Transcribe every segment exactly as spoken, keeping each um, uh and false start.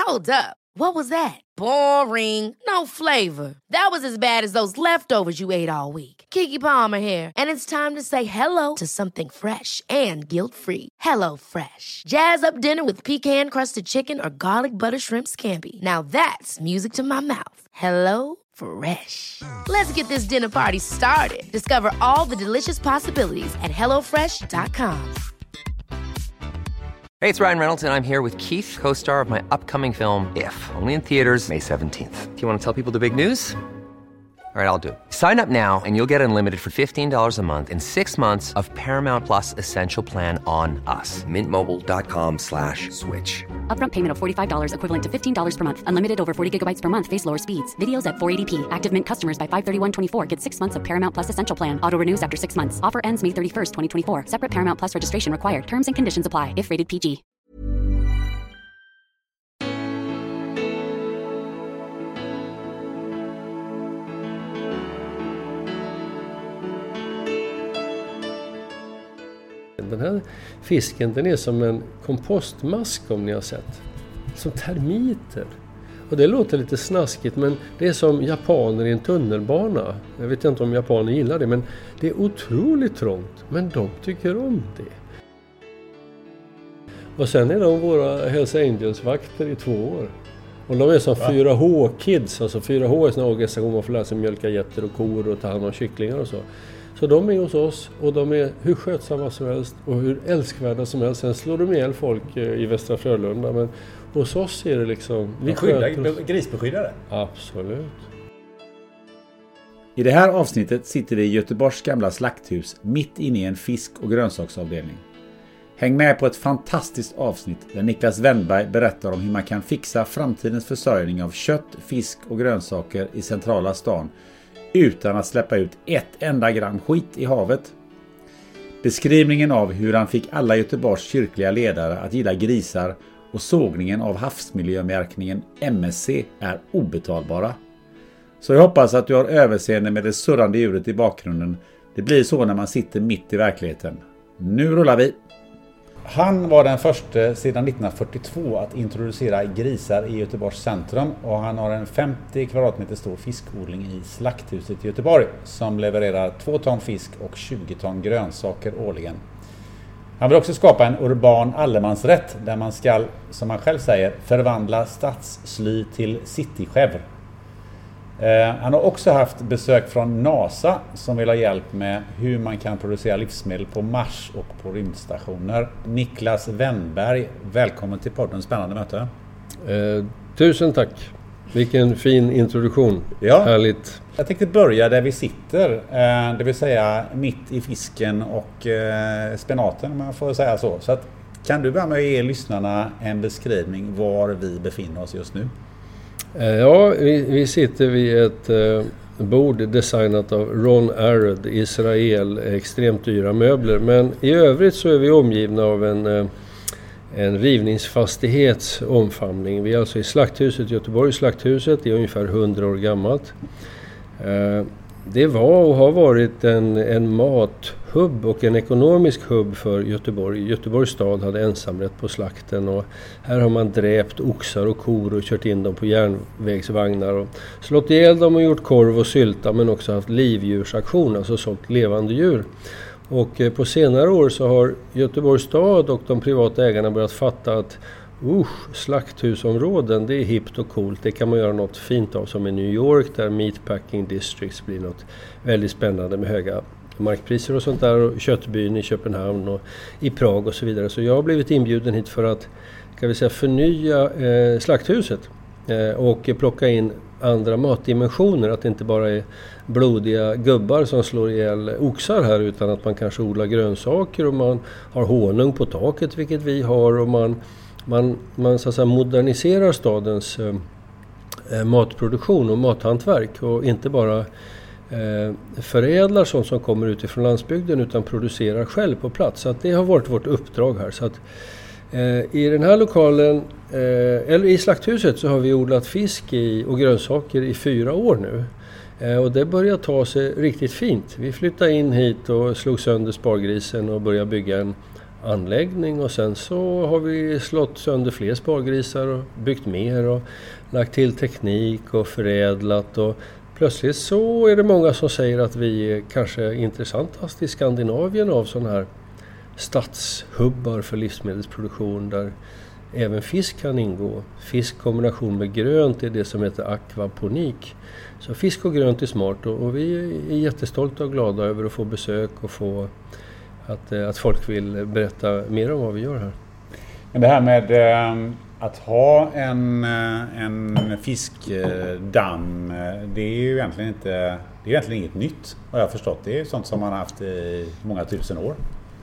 Hold up. What was that? Boring. No flavor. That was as bad as those leftovers you ate all week. Keke Palmer here. And it's time to say hello to something fresh and guilt-free. Hello Fresh. Jazz up dinner with pecan-crusted chicken or garlic butter shrimp scampi. Now that's music to my mouth. Hello Fresh. Let's get this dinner party started. Discover all the delicious possibilities at hello fresh dot com. Hey, it's Ryan Reynolds, and I'm here with Keith, co-star of my upcoming film, If, only in theaters May seventeenth. Do you want to tell people the big news? All right, I'll do it. Sign up now and you'll get unlimited for fifteen dollars a month and six months of Paramount Plus Essential Plan on us. Mint Mobile dot com slash switch. Upfront payment of forty-five dollars equivalent to fifteen dollars per month. Unlimited over forty gigabytes per month. Face lower speeds. Videos at four eighty p. Active Mint customers by five thirty-one twenty-four get six months of Paramount Plus Essential Plan. Auto renews after six months. Offer ends May thirty-first, twenty twenty-four. Separate Paramount Plus registration required. Terms and conditions apply if rated P G. Den här fisken, den är som en kompostmask om ni har sett. Som termiter. Och det låter lite snaskigt, men det är som japaner i en tunnelbana. Jag vet inte om japaner gillar det, men det är otroligt trångt. Men de tycker om det. Och sen är de våra Hells Angels-vakter i två år. Och de är som Va? fyra H-kids. Alltså fyra H är en organisation man får lära sig mjölka getter och kor och ta hand om kycklingar och så. Så de är hos oss och de är hur skötsamma som helst och hur älskvärda som helst. Sen slår de ihjäl folk i Västra Frölunda, men hos oss är det liksom... Vi skyddar, grisbeskyddare? Absolut. I det här avsnittet sitter det i Göteborgs gamla slakthus mitt inne i en fisk- och grönsaksavdelning. Häng med på ett fantastiskt avsnitt där Niklas Wennberg berättar om hur man kan fixa framtidens försörjning av kött, fisk och grönsaker i centrala stan utan att släppa ut ett enda gram skit i havet. Beskrivningen av hur han fick alla Göteborgs kyrkliga ledare att gilla grisar och sågningen av havsmiljömärkningen M S C är obetalbara. Så jag hoppas att du har överseende med det surrande djuret i bakgrunden. Det blir så när man sitter mitt i verkligheten. Nu rullar vi! Han var den första sedan nittonhundrafyrtiotvå att introducera grisar i Göteborgs centrum och han har en femtio kvadratmeter stor fiskodling i Slakthuset i Göteborg som levererar två ton fisk och tjugo ton grönsaker årligen. Han vill också skapa en urban allemansrätt där man ska, som han själv säger, förvandla stadssly till citychèvre. Han har också haft besök från NASA som vill ha hjälp med hur man kan producera livsmedel på Mars och på rymdstationer. Niklas Wennberg, välkommen till podden. Spännande möte. Eh, tusen tack. Vilken fin introduktion. Ja. Härligt. Jag tänkte börja där vi sitter, eh, det vill säga mitt i fisken och eh, spenaten, om man får säga så. Så att, kan du börja med att ge lyssnarna en beskrivning var vi befinner oss just nu? Ja, vi, vi sitter vid ett eh, bord designat av Ron Arad, Israel, extremt dyra möbler. Men i övrigt så är vi omgivna av en, eh, en rivningsfastighets omfamning. Vi är alltså i Slakthuset, Göteborgs Slakthuset, det är ungefär hundra år gammalt. Eh, det var och har varit en, en mathubb och en ekonomisk hubb för Göteborg. Göteborgs stad hade ensamrätt på slakten och här har man dräpt oxar och kor och kört in dem på järnvägsvagnar och slått ihjäl dem och gjort korv och sylta, men också haft livdjursaktion, alltså sålt levande djur. Och på senare år så har Göteborgs stad och de privata ägarna börjat fatta att Usch, slakthusområden, det är hippt och coolt. Det kan man göra något fint av, som i New York där meatpacking districts blir något väldigt spännande med höga markpriser och sånt där, och köttbyn i Köpenhamn och i Prag och så vidare. Så jag har blivit inbjuden hit för att, kan vi säga, förnya eh, slakthuset eh, och plocka in andra matdimensioner. Att det inte bara är blodiga gubbar som slår ihjäl oxar här, utan att man kanske odlar grönsaker och man har honung på taket, vilket vi har, och man Man, man så att säga moderniserar stadens eh, matproduktion och mathantverk och inte bara eh, förädlar sånt som kommer utifrån landsbygden utan producerar själv på plats. Så att det har varit vårt uppdrag här. Så att, eh, i den här lokalen, eh, eller i slakthuset, så har vi odlat fisk i, och grönsaker i fyra år nu. Eh, och det börjar ta sig riktigt fint. Vi flyttade in hit och slog sönder spargrisen och började bygga en anläggning och sen så har vi slått sönder fler spargrisar och byggt mer och lagt till teknik och förädlat och plötsligt så är det många som säger att vi är kanske intressantast i Skandinavien av sådana här stadshubbar för livsmedelsproduktion där även fisk kan ingå. Fisk i kombination med grönt är det som heter akvaponik. Så fisk och grönt är smart och, och vi är jättestolta och glada över att få besök och få att, att folk vill berätta mer om vad vi gör här. Men det här med eh, att ha en, en fiskdamm, det är ju egentligen inte, det är egentligen inget nytt vad jag har förstått. Det är sånt som man har haft i många tusen år.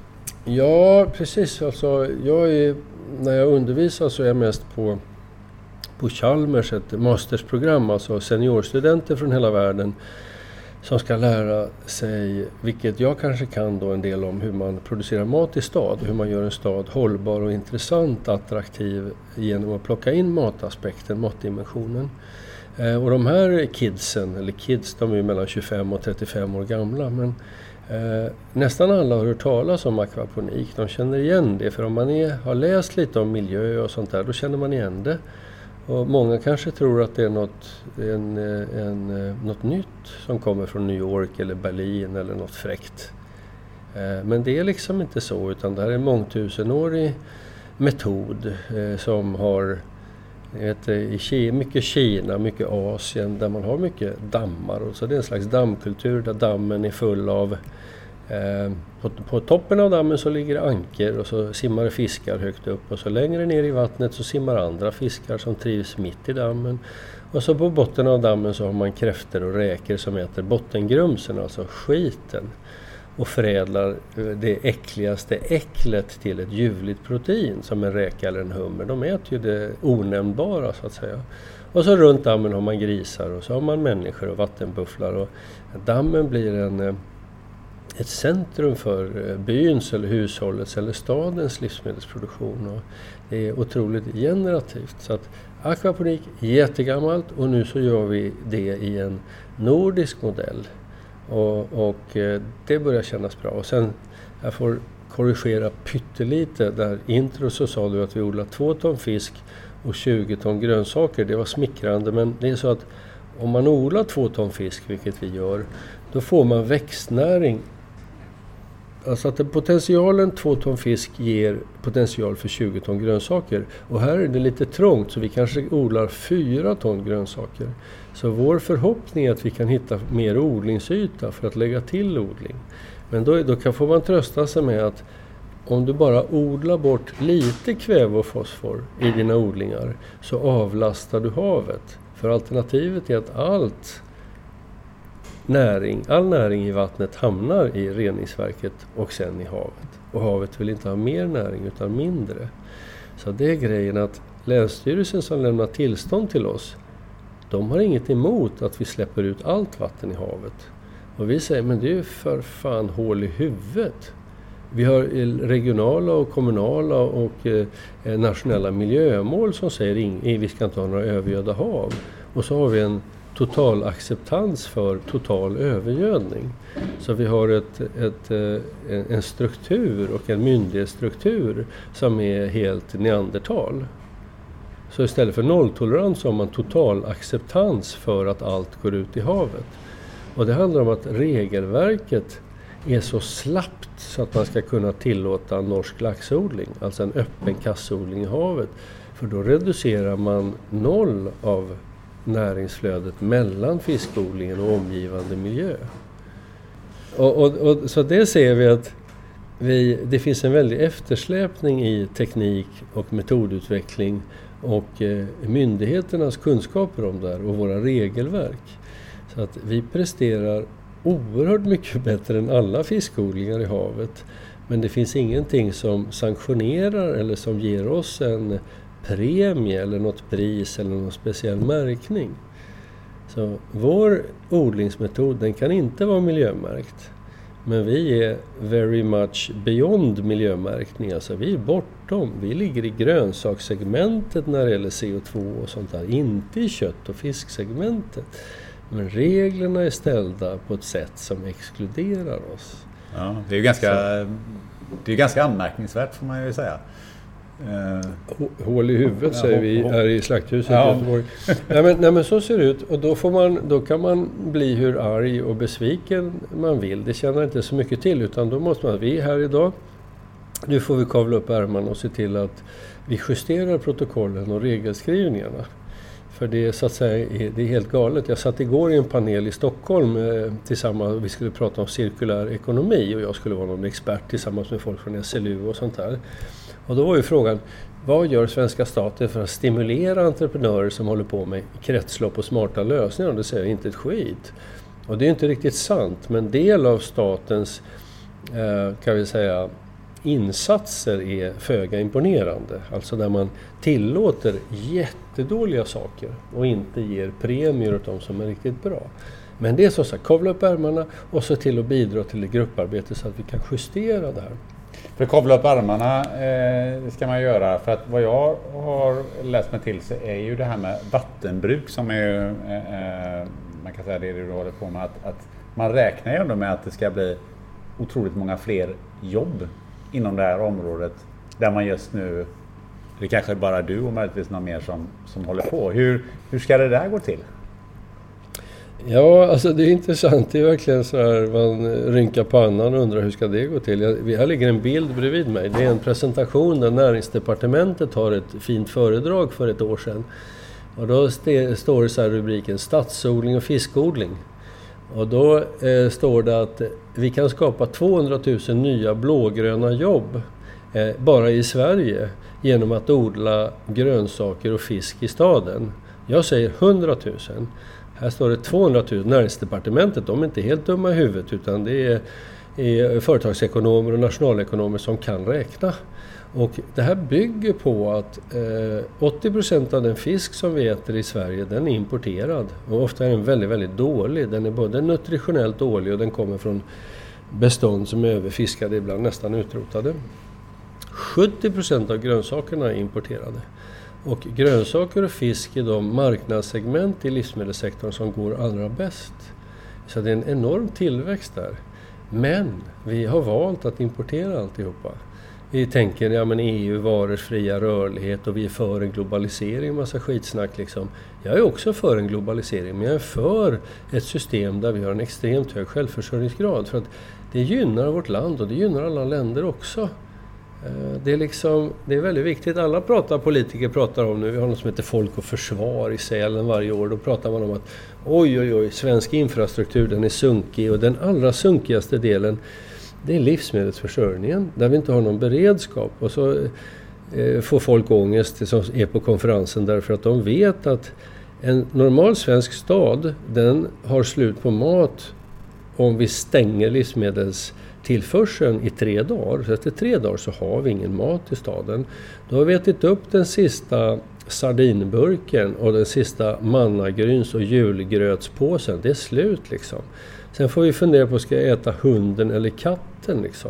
Ja, precis. Alltså, jag är, när jag undervisar så är jag mest på, på Chalmers, ett mastersprogram, alltså seniorstudenter från hela världen som ska lära sig, vilket jag kanske kan då en del om, hur man producerar mat i stad, hur man gör en stad hållbar och intressant, attraktiv genom att plocka in mataspekten, matdimensionen. Eh, och de här kidsen, eller kids, de är ju mellan tjugofem och trettiofem år gamla, men Eh, nästan alla har hört talas om akvaponik. De känner igen det, för om man är, har läst lite om miljö och sånt där, då känner man igen det. Och många kanske tror att det är något, en, en, något nytt som kommer från New York eller Berlin eller något fräckt. Eh, men det är liksom inte så, utan det här är en mångtusenårig metod eh, som har Vet, i Kina, mycket Kina, mycket Asien där man har mycket dammar. Och så det är en slags dammkultur där dammen är full av, eh, på, på toppen av dammen så ligger anker och så simmar fiskar högt upp. Och så längre ner i vattnet så simmar andra fiskar som trivs mitt i dammen. Och så på botten av dammen så har man kräftor och räkor som äter bottengrumsen, alltså skiten. Och förädlar det äckligaste äcklet till ett ljuvligt protein som en räka eller en hummer. De äter ju det onämnbara så att säga. Och så runt dammen har man grisar och så har man människor och vattenbufflar. Och dammen blir en, ett centrum för byns eller hushållets eller stadens livsmedelsproduktion. Och det är otroligt generativt. Så att akvaponik är jättegammalt och nu så gör vi det i en nordisk modell. Och, och det börjar kännas bra. Och sen, jag får korrigera pyttelite. Där intro så sa du att vi odlar två ton fisk och tjugo ton grönsaker. Det var smickrande, men det är så att om man odlar två ton fisk, vilket vi gör, då får man växtnäring. Alltså att potentialen två ton fisk ger potential för tjugo ton grönsaker. Och här är det lite trångt så vi kanske odlar fyra ton grönsaker. Så vår förhoppning är att vi kan hitta mer odlingsyta för att lägga till odling. Men då, då kan, får man trösta sig med att om du bara odlar bort lite kväve och fosfor i dina odlingar så avlastar du havet. För alternativet är att allt näring, all näring i vattnet hamnar i reningsverket och sen i havet. Och havet vill inte ha mer näring utan mindre. Så det är grejen att Länsstyrelsen som lämnar tillstånd till oss, de har inget emot att vi släpper ut allt vatten i havet. Och vi säger, men det är ju för fan hål i huvudet. Vi har regionala och kommunala och eh, nationella miljömål som säger att vi ska inte ha några övergödda hav. Och så har vi en total acceptans för total övergödning. Så vi har ett, ett, en struktur och en myndighetsstruktur som är helt neandertal. Så istället för nolltolerans har man total acceptans för att allt går ut i havet. Och det handlar om att regelverket är så slappt så att man ska kunna tillåta norsk laxodling, alltså en öppen kassodling i havet. För då reducerar man noll av näringsflödet mellan fiskodlingen och omgivande miljö. Och, och, och, så det ser vi att vi, det finns en väldig eftersläpning i teknik och metodutveckling och eh, myndigheternas kunskaper om det här och våra regelverk. Så att vi presterar oerhört mycket bättre än alla fiskodlingar i havet. Men det finns ingenting som sanktionerar eller som ger oss en premie eller något pris eller någon speciell märkning. Så vår odlingsmetod, den kan inte vara miljömärkt. Men vi är very much beyond miljömärkning. Alltså vi är bortom. Vi ligger i grönsakssegmentet när det gäller C O två och sånt där. Inte i kött- och fisksegmentet. Men reglerna är ställda på ett sätt som exkluderar oss. Ja, det är ju ganska... Så. Det är ganska anmärkningsvärt får man ju säga. Hål i huvudet ja, säger vi här i slakthuset ja. i Göteborg. nej, men, nej men så ser det ut och då, får man, då kan man bli hur arg och besviken man vill. Det känner inte så mycket till utan då måste man, vi är här idag. Nu får vi kavla upp ärmarna och se till att vi justerar protokollen och regelskrivningarna. För det är så att säga det är helt galet. Jag satt igår i en panel i Stockholm eh, tillsammans, vi skulle prata om cirkulär ekonomi och jag skulle vara någon expert tillsammans med folk från S L U och sånt där. Och då var ju frågan, vad gör svenska staten för att stimulera entreprenörer som håller på med kretslopp och smarta lösningar? Och det säger inte ett skit. Och det är inte riktigt sant, men del av statens eh, kan vi säga insatser är föga imponerande. Alltså där man tillåter jättedåliga saker och inte ger premier åt de som är riktigt bra. Men det är så att kavla upp ärmarna och se till att bidra till det grupparbete så att vi kan justera det här. För att kavla upp armarna eh, det ska man göra för att vad jag har läst mig till så är ju det här med vattenbruk som är eh, man kan säga det du håller på med att, att man räknar ju ändå med att det ska bli otroligt många fler jobb inom det här området där man just nu, det kanske bara du och möjligtvis någon mer som, som håller på. Hur, hur ska det där gå till? Ja, alltså det är intressant. Det är verkligen så här, man rynkar pannan och undrar hur ska det gå till. Jag, här ligger en bild bredvid mig. Det är en presentation där Näringsdepartementet har ett fint föredrag för ett år sedan. Och då st- står det så här rubriken stadsodling och fiskodling. Och då eh, står det att vi kan skapa tvåhundratusen nya blågröna jobb eh, bara i Sverige genom att odla grönsaker och fisk i staden. Jag säger hundratusen. Här står det tvåhundratusen. Näringsdepartementet, de är inte helt dumma i huvudet utan det är, är företagsekonomer och nationalekonomer som kan räkna. Och det här bygger på att eh, åttio procent av den fisk som vi äter i Sverige den är importerad. Och ofta är den väldigt, väldigt dålig. Den är både nutritionellt dålig och den kommer från bestånd som är överfiskade, ibland nästan utrotade. sjuttio procent av grönsakerna är importerade. Och grönsaker och fisk är de marknadssegment i livsmedelssektorn som går allra bäst. Så det är en enorm tillväxt där. Men vi har valt att importera alltihopa. Vi tänker, ja men E U, varors fria rörlighet och vi är för en globalisering, massa skitsnack liksom. Jag är också för en globalisering, men jag är för ett system där vi har en extremt hög självförsörjningsgrad. För att det gynnar vårt land och det gynnar alla länder också. Det är, liksom, det är väldigt viktigt. Alla pratar, politiker pratar om nu, vi har något som heter Folk och försvar i Sälen varje år. Då pratar man om att oj oj oj, svensk infrastruktur den är sunkig och den allra sunkigaste delen det är livsmedelsförsörjningen där vi inte har någon beredskap. Och så eh, får folk ångest som är på konferensen därför att de vet att en normal svensk stad den har slut på mat om vi stänger livsmedelstillförseln i tre dagar. Så efter tre dagar så har vi ingen mat i staden. Då har vi ätit upp den sista sardinburken och den sista mannagryns- och julgrötspåsen. Det är slut liksom. Sen får vi fundera på, ska jag äta hunden eller katten liksom.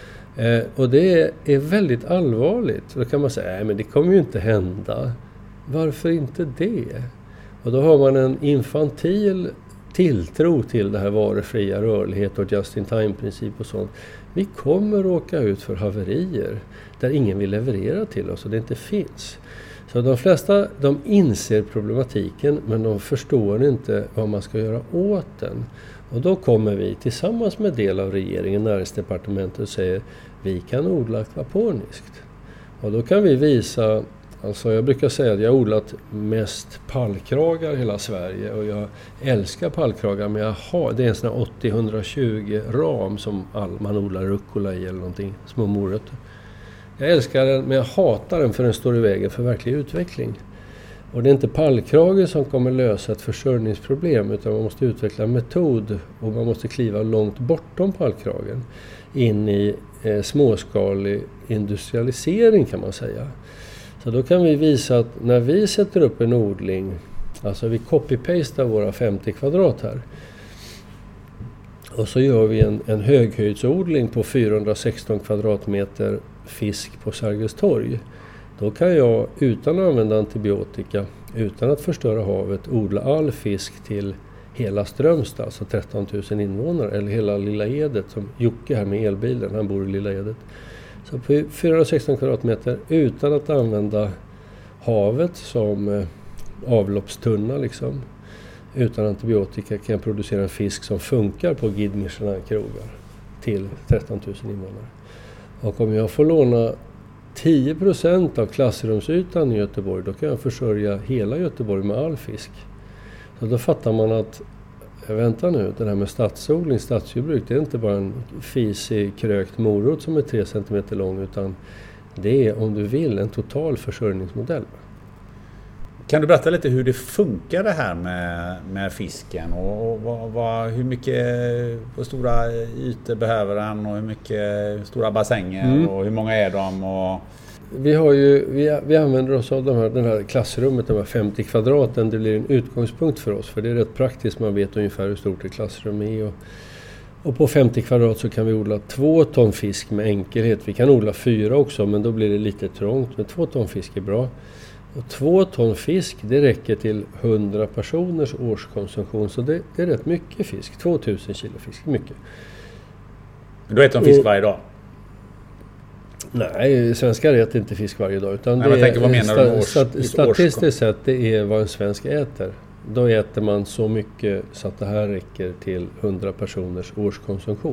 Eh, och det är väldigt allvarligt. Då kan man säga, nej men det kommer ju inte hända. Varför inte det? Och då har man en infantil tilltro till det här varufria rörlighet och just-in-time-princip och sånt. Vi kommer råka ut för haverier där ingen vill leverera till oss och det inte finns. Så de flesta de inser problematiken men de förstår inte vad man ska göra åt den. Och då kommer vi tillsammans med del av regeringen, Näringsdepartementet och säger vi kan odla akvaponiskt. Och då kan vi visa, alltså jag brukar säga att jag har odlat mest pallkragar i hela Sverige och jag älskar pallkragar men jag har, det är en sån här åttio till etthundratjugo ram som all, man odlar rucola i eller någonting, små morötter. Jag älskar den men jag hatar den för den står i vägen för verklig utveckling. Och det är inte pallkragen som kommer lösa ett försörjningsproblem utan man måste utveckla en metod och man måste kliva långt bortom pallkragen in i eh, småskalig industrialisering kan man säga. Så då kan vi visa att när vi sätter upp en odling, alltså vi copy-pastar våra femtio kvadrat här och så gör vi en, en höghöjdsodling på fyrahundrasexton kvadratmeter fisk på Sergels torg. Då kan jag utan att använda antibiotika, utan att förstöra havet, odla all fisk till hela Strömstad, alltså tretton tusen invånare, eller hela Lilla Edet som Jocke här med elbilen, han bor i Lilla Edet. Så på fyrahundrasexton kvadratmeter utan att använda havet som eh, avloppstunna liksom. Utan antibiotika kan jag producera en fisk som funkar på Guide Michelin-krogar till tretton tusen invånare. Och om jag får låna tio procent av klassrumsytan i Göteborg, då kan jag försörja hela Göteborg med all fisk. Så då fattar man att, vänta nu, det här med stadsodling, stadsjordbruk, det är inte bara en fisig krökt morot som är tre centimeter lång, utan det är, om du vill, en total försörjningsmodell. Kan du berätta lite hur det funkar det här med, med fisken och, och vad, vad, hur mycket, hur stora ytor behöver den och hur mycket stora bassänger mm. och hur många är de? Och... Vi, har ju, vi, vi använder oss av de här, den här klassrummet, de här femtio kvadraten, det blir en utgångspunkt för oss för det är rätt praktiskt, man vet ungefär hur stort ett klassrum är och, och på femtio kvadrat så kan vi odla två ton fisk med enkelhet, vi kan odla fyra också men då blir det lite trångt, men två ton fisk är bra. Och två ton fisk, det räcker till hundra personers årskonsumtion. Så det, det är rätt mycket fisk. tvåtusen kilo fisk, mycket. Du äter de fisk varje dag? Nej, svenskar äter inte fisk varje dag. Utan Nej, det tänker, vad menar du? Års, stat, statistiskt sett, det är vad en svensk äter. Då äter man så mycket så att det här räcker till hundra personers årskonsumtion.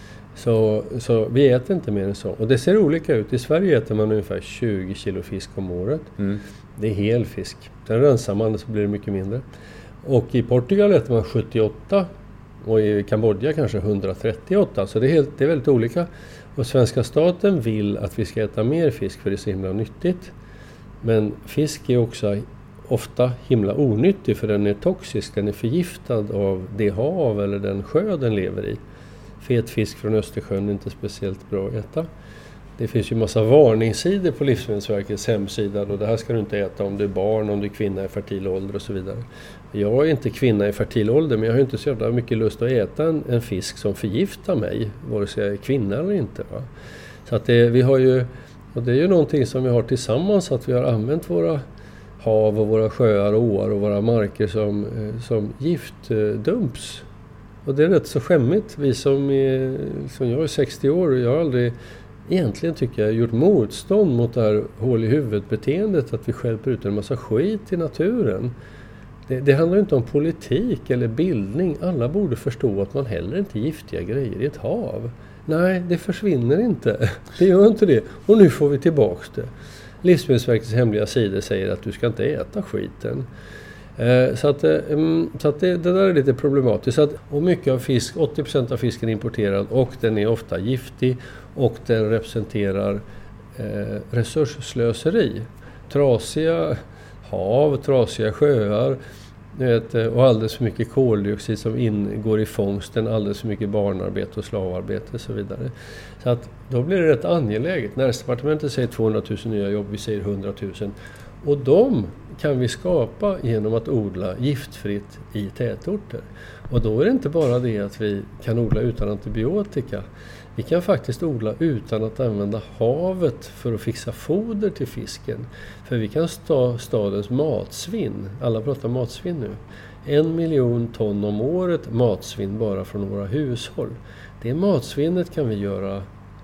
Så, så vi äter inte mer än så. Och det ser olika ut. I Sverige äter man ungefär tjugo kilo fisk om året. Mm. Det är hel fisk. Sen rensar man så blir det mycket mindre. Och i Portugal äter man sjuttioåtta. Och i Kambodja kanske hundratrettioåtta. Så det är, helt, det är väldigt olika. Och svenska staten vill att vi ska äta mer fisk för det är så himla nyttigt. Men fisk är också ofta himla onyttig för den är toxisk. Den är förgiftad av det hav eller den sjö den lever i. Fet fisk från Östersjön är inte speciellt bra att äta. Det finns ju massa varningssidor på Livsmedelsverkets hemsida och det här ska du inte äta om du är barn, om du är kvinna i fertil ålder och så vidare. Jag är inte kvinna i fertil ålder men jag har inte så jävla mycket lust att äta en, en fisk som förgiftar mig, vare sig jag är kvinna eller inte. Va? Så att det, vi har ju, och det är ju någonting som vi har tillsammans, att vi har använt våra hav och våra sjöar och åar och våra marker som, som giftdumps. Och det är rätt så skämmigt. Vi som, är, som jag är sextio år och jag har aldrig egentligen tycker jag gjort motstånd mot det här hål i huvudet-beteendet att vi stjälper ut en massa skit i naturen. Det, det handlar inte om politik eller bildning. Alla borde förstå att man heller inte giftiga grejer i ett hav. Nej, det försvinner inte. Det gör inte det. Och nu får vi tillbaka det. Livsmedelsverkets hemliga sidor säger att du ska inte äta skiten. Så att, så att det, det där är lite problematiskt. Så att, och mycket av fisk, åttio procent av fisken är importerad och den är ofta giftig och den representerar eh, resursslöseri. Trasiga hav, trasiga sjöar vet, och alldeles för mycket koldioxid som ingår i fångsten, alldeles för mycket barnarbete och slavarbete och så vidare. Så att då blir det rätt angeläget. Näringsdepartementet säger tvåhundratusen nya jobb, vi säger hundratusen. Och de kan vi skapa genom att odla giftfritt i tätorter. Och då är det inte bara det att vi kan odla utan antibiotika. Vi kan faktiskt odla utan att använda havet för att fixa foder till fisken. För vi kan ta stadens matsvinn. Alla pratar matsvinn nu. En miljon ton om året matsvinn bara från våra hushåll. Det matsvinnet kan vi göra.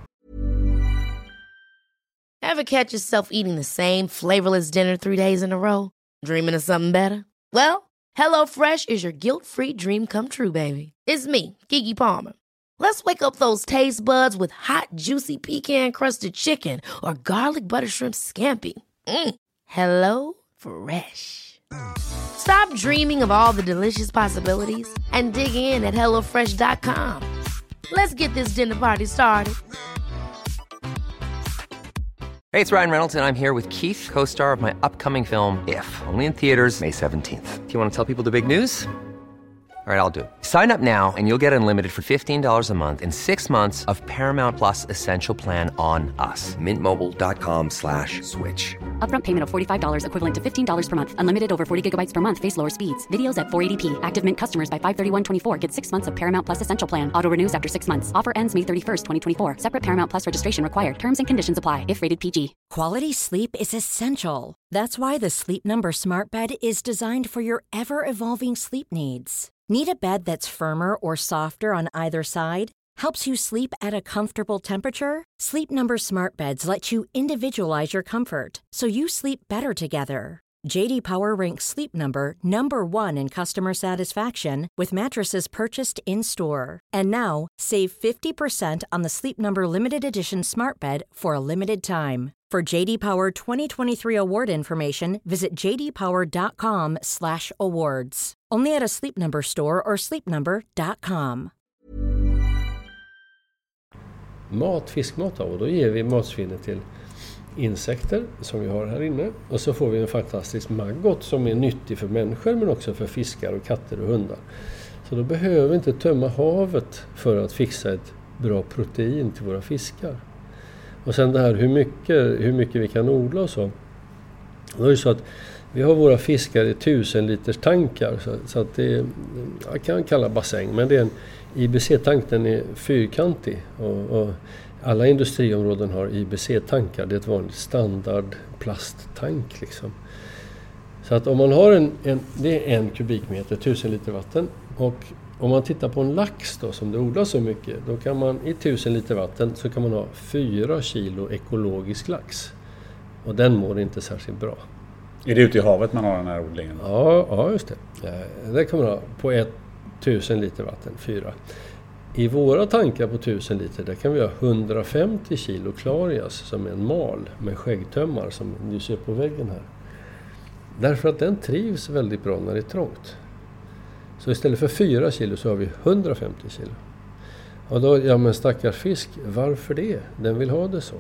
Ever catch yourself eating the same flavorless dinner three days in a row? Dreaming of something better? Well, HelloFresh is your guilt-free dream come true, baby. It's me, Keke Palmer. Let's wake up those taste buds with hot, juicy pecan-crusted chicken or garlic butter shrimp scampi. Mm. Hello Fresh. Stop dreaming of all the delicious possibilities and dig in at hello fresh dot com. Let's get this dinner party started. Hey, it's Ryan Reynolds, and I'm here with Keith, co-star of my upcoming film, If, only in theaters May seventeenth. Do you want to tell people the big news? All right, I'll do it. Sign up now and you'll get unlimited for fifteen dollars a month and six months of Paramount Plus Essential Plan on us. Mint Mobile dot com slash switch. Upfront payment of forty-five dollars equivalent to fifteen dollars per month. Unlimited over forty gigabytes per month. Face lower speeds. Videos at four eighty p. Active Mint customers by five thirty-one twenty-four get six months of Paramount Plus Essential Plan. Auto renews after six months. Offer ends May thirty-first, twenty twenty-four. Separate Paramount Plus registration required. Terms and conditions apply if rated P G. Quality sleep is essential. That's why the Sleep Number Smart Bed is designed for your ever-evolving sleep needs. Need a bed that's firmer or softer on either side? Helps you sleep at a comfortable temperature? Sleep Number smart beds let you individualize your comfort, so you sleep better together. J D Power ranks Sleep Number number one in customer satisfaction with mattresses purchased in-store. And now, save fifty percent on the Sleep Number Limited Edition smart bed for a limited time. For J D Power twenty twenty-three award information, visit j d power dot com slash awards. Only at a Sleep Number store or sleep number dot com. Mat, fiskmat av, och då ger vi matsvinnet till insekter som vi har här inne. Och så får vi en fantastisk maggot som är nyttig för människor men också för fiskar och katter och hundar. Så då behöver vi inte tömma havet för att fixa ett bra protein till våra fiskar. Och sen det här hur mycket, hur mycket vi kan odla och så. Då är det så att vi har våra fiskar i tusen liters tankar. Så, så att det är, jag kan kalla bassäng, men det är en I B C-tank, den är fyrkantig. Och, och alla industriområden har I B C-tankar. Det är ett vanligt standard plasttank liksom. Så att om man har en, en, det är en kubikmeter, tusen liter vatten. Och om man tittar på en lax då, som det odlas så mycket, då kan man i tusen liter vatten så kan man ha fyra kilo ekologisk lax. Och den mår inte särskilt bra. Är det ute i havet man har den här odlingen? Ja, ja just det. Det kan man ha på ett tusen liter vatten, fyra. I våra tankar på tusen liter, där kan vi ha hundrafemtio kilo klarias som är en mal med skäggtömmar som du ser på väggen här. Därför att den trivs väldigt bra när det är trångt. Så istället för fyra kilo så har vi hundrafemtio kilo. Och då, ja men stackars fisk, varför det? Den vill ha det så.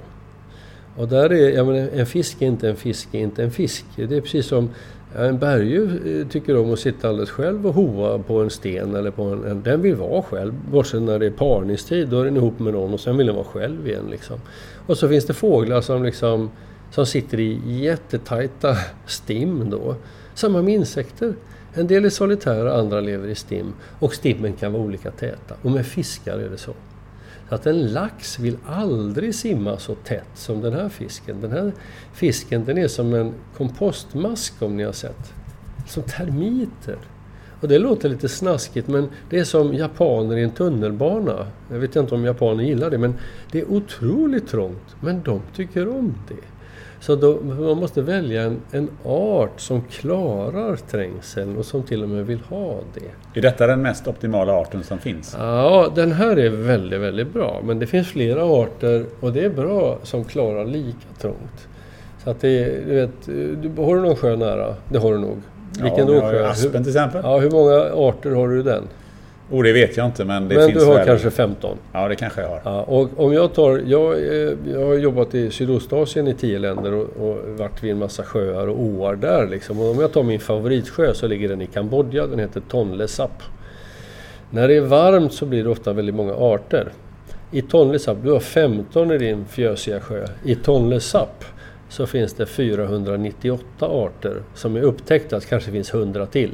Och där är, ja men en fisk är inte en fisk är inte en fisk. Det är precis som en berguv tycker om att sitta alldeles själv och hoa på en sten eller på en, en den vill vara själv. Bortsett när det är parningstid, då är den ihop med någon och sen vill den vara själv igen liksom. Och så finns det fåglar som liksom som sitter i jättetajta stim då. Samma med insekter. En del är solitära, andra lever i stim. Och stimmen kan vara olika täta. Och med fiskar är det så. Så att en lax vill aldrig simma så tätt som den här fisken. Den här fisken, den är som en kompostmask om ni har sett. Som termiter. Och det låter lite snaskigt, men det är som japaner i en tunnelbana. Jag vet inte om japaner gillar det, men det är otroligt trångt. Men de tycker om det. Så då, man måste välja en, en art som klarar trängseln och som till och med vill ha det. Är detta den mest optimala arten som finns? Ja, den här är väldigt, väldigt bra. Men det finns flera arter och det är bra som klarar lika trångt. Så att det är, du vet, du, har du någon sjö nära? Det har du nog. Vilken ja, sjö? Aspen till exempel. Ja, hur många arter har du den? Oh, det vet jag inte, men det men finns du har väl... kanske femton. Ja, det kanske jag har. Ja, och om jag tar, jag, jag har jobbat i Sydostasien i tio länder och, och varit vid en massa sjöar och åar där liksom. Och om jag tar min favoritsjö så ligger den i Kambodja, den heter Tonle Sap. När det är varmt så blir det ofta väldigt många arter. I Tonle Sap, du har femton i din fjösiga sjö. I Tonle Sap så finns det fyrahundranittioåtta arter som är upptäckta, att kanske finns hundra till.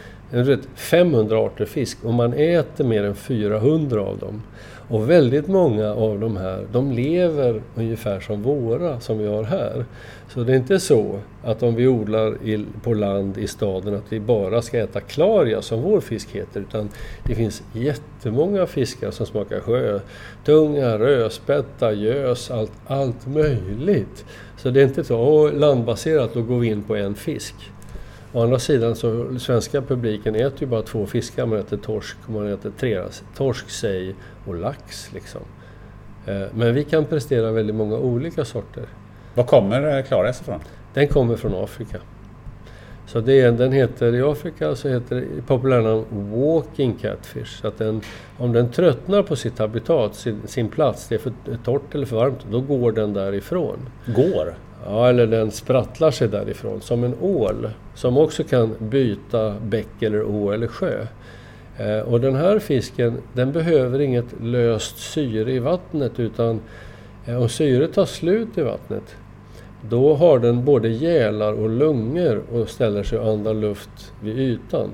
femhundra arter fisk och man äter mer än fyrahundra av dem. Och väldigt många av de här, de lever ungefär som våra som vi har här. Så det är inte så att om vi odlar i, på land i staden att vi bara ska äta klaria som vår fisk heter, utan det finns jättemånga fiskar som smakar sjö. Tunga, rödspätta, gös, allt, allt möjligt. Så det är inte så, åh, landbaserat, då går vi in på en fisk. Å andra sidan så svenska publiken äter ju bara två fiskar. Man äter torsk och man äter tre. Torsk, sej och lax liksom. Men vi kan prestera väldigt många olika sorter. Var kommer klarias ifrån? Den kommer från Afrika. Så det är, den heter i Afrika så heter det populärt walking catfish. Så att den, om den tröttnar på sitt habitat, sin, sin plats, det är för torrt eller för varmt, då går den därifrån. Går? Ja, eller den sprattlar sig därifrån som en ål som också kan byta bäck eller å eller sjö. Eh, och den här fisken, den behöver inget löst syre i vattnet, utan eh, om syret tar slut i vattnet, då har den både gälar och lungor och ställer sig och andar luft vid ytan.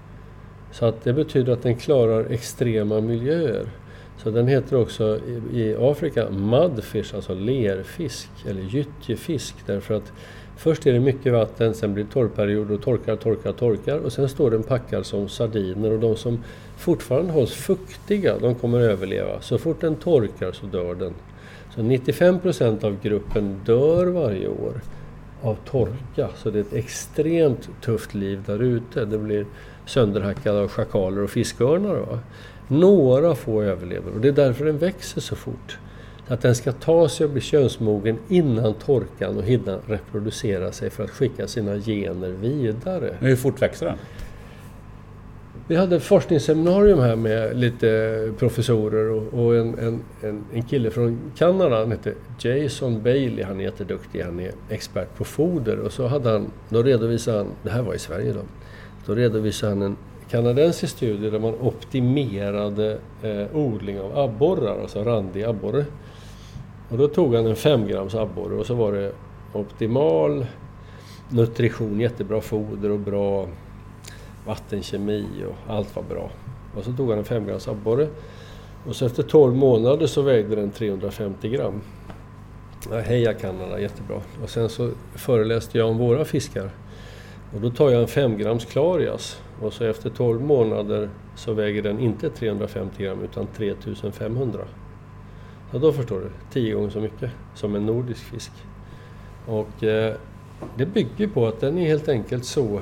Så att det betyder att den klarar extrema miljöer. Så den heter också i, i Afrika mudfish, alltså lerfisk eller gyttjefisk, därför att Först är det mycket vatten, sen blir det torrperiod och torkar, torkar, torkar och sen står den packad som sardiner och de som fortfarande hålls fuktiga, de kommer att överleva. Så fort den torkar så dör den. Så nittiofem procent av gruppen dör varje år av torka. Så det är ett extremt tufft liv där ute. Det blir sönderhackade av schakaler och fiskörnar. Va? Några få överlever och det är därför den växer så fort. Så att den ska ta sig och bli könsmogen innan torkan och hinna reproducera sig för att skicka sina gener vidare. Men hur fort växer den? Vi hade ett forskningsseminarium här med lite professorer och, och en, en, en, en kille från Kanada, han heter Jason Bailey, han är jätteduktig, han är expert på foder och så hade han, då redovisade han, det här var i Sverige då, då redovisade han en kanadensisk studie där man optimerade eh, odling av abborrar, alltså randig abborre. Och då tog han en fem grams abborre och så var det optimal nutrition, jättebra foder och bra vattenkemi och allt var bra. Och så tog han en fem grams abborre och så efter tolv månader så vägde den trehundrafemtio gram. Ja, heja Kanada, jättebra. Och sen så föreläste jag om våra fiskar. Och då tar jag en fem grams klarias och så efter tolv månader så väger den inte trehundrafemtio gram utan tre tusen femhundra. Ja, då förstår du, tio gånger så mycket som en nordisk fisk. Och eh, det bygger på att den är helt enkelt så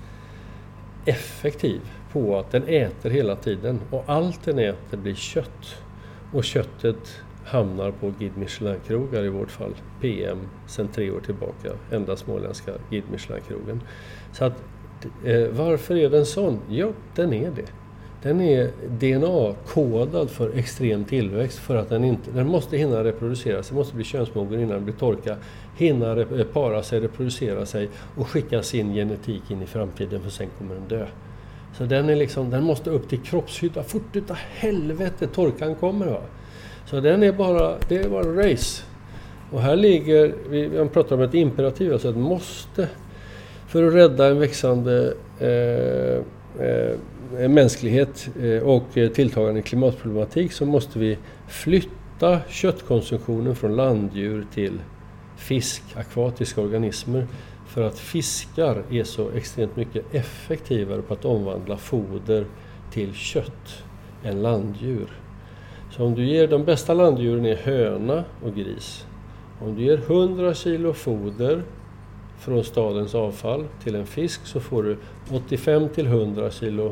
effektiv på att den äter hela tiden och allt den äter blir kött. Och köttet hamnar på Guide Michelin-krogar i vårt fall. P M sedan tre år tillbaka, enda småländska Guide Michelin-krogen. Så att, eh, varför är den sån? Jo, den är det. Den är D N A-kodad för extrem tillväxt för att den inte, den måste hinna reproducera sig, måste bli könsmogen innan den blir torka, hinna rep- para sig, reproducera sig och skicka sin genetik in i framtiden för sen kommer den dö. Så den är liksom, den måste upp till kroppshydda, fort utav helvete torkan kommer va. Så den är bara, det är bara race. Och här ligger, vi pratar om ett imperativ, alltså ett måste för att rädda en växande eh, eh, mänsklighet och tilltagande klimatproblematik så måste vi flytta köttkonsumtionen från landdjur till fisk, akvatiska organismer för att fiskar är så extremt mycket effektivare på att omvandla foder till kött än landdjur. Så om du ger de bästa landdjuren är höna och gris. Om du ger hundra kilo foder från stadens avfall till en fisk så får du åttiofem till hundra kilo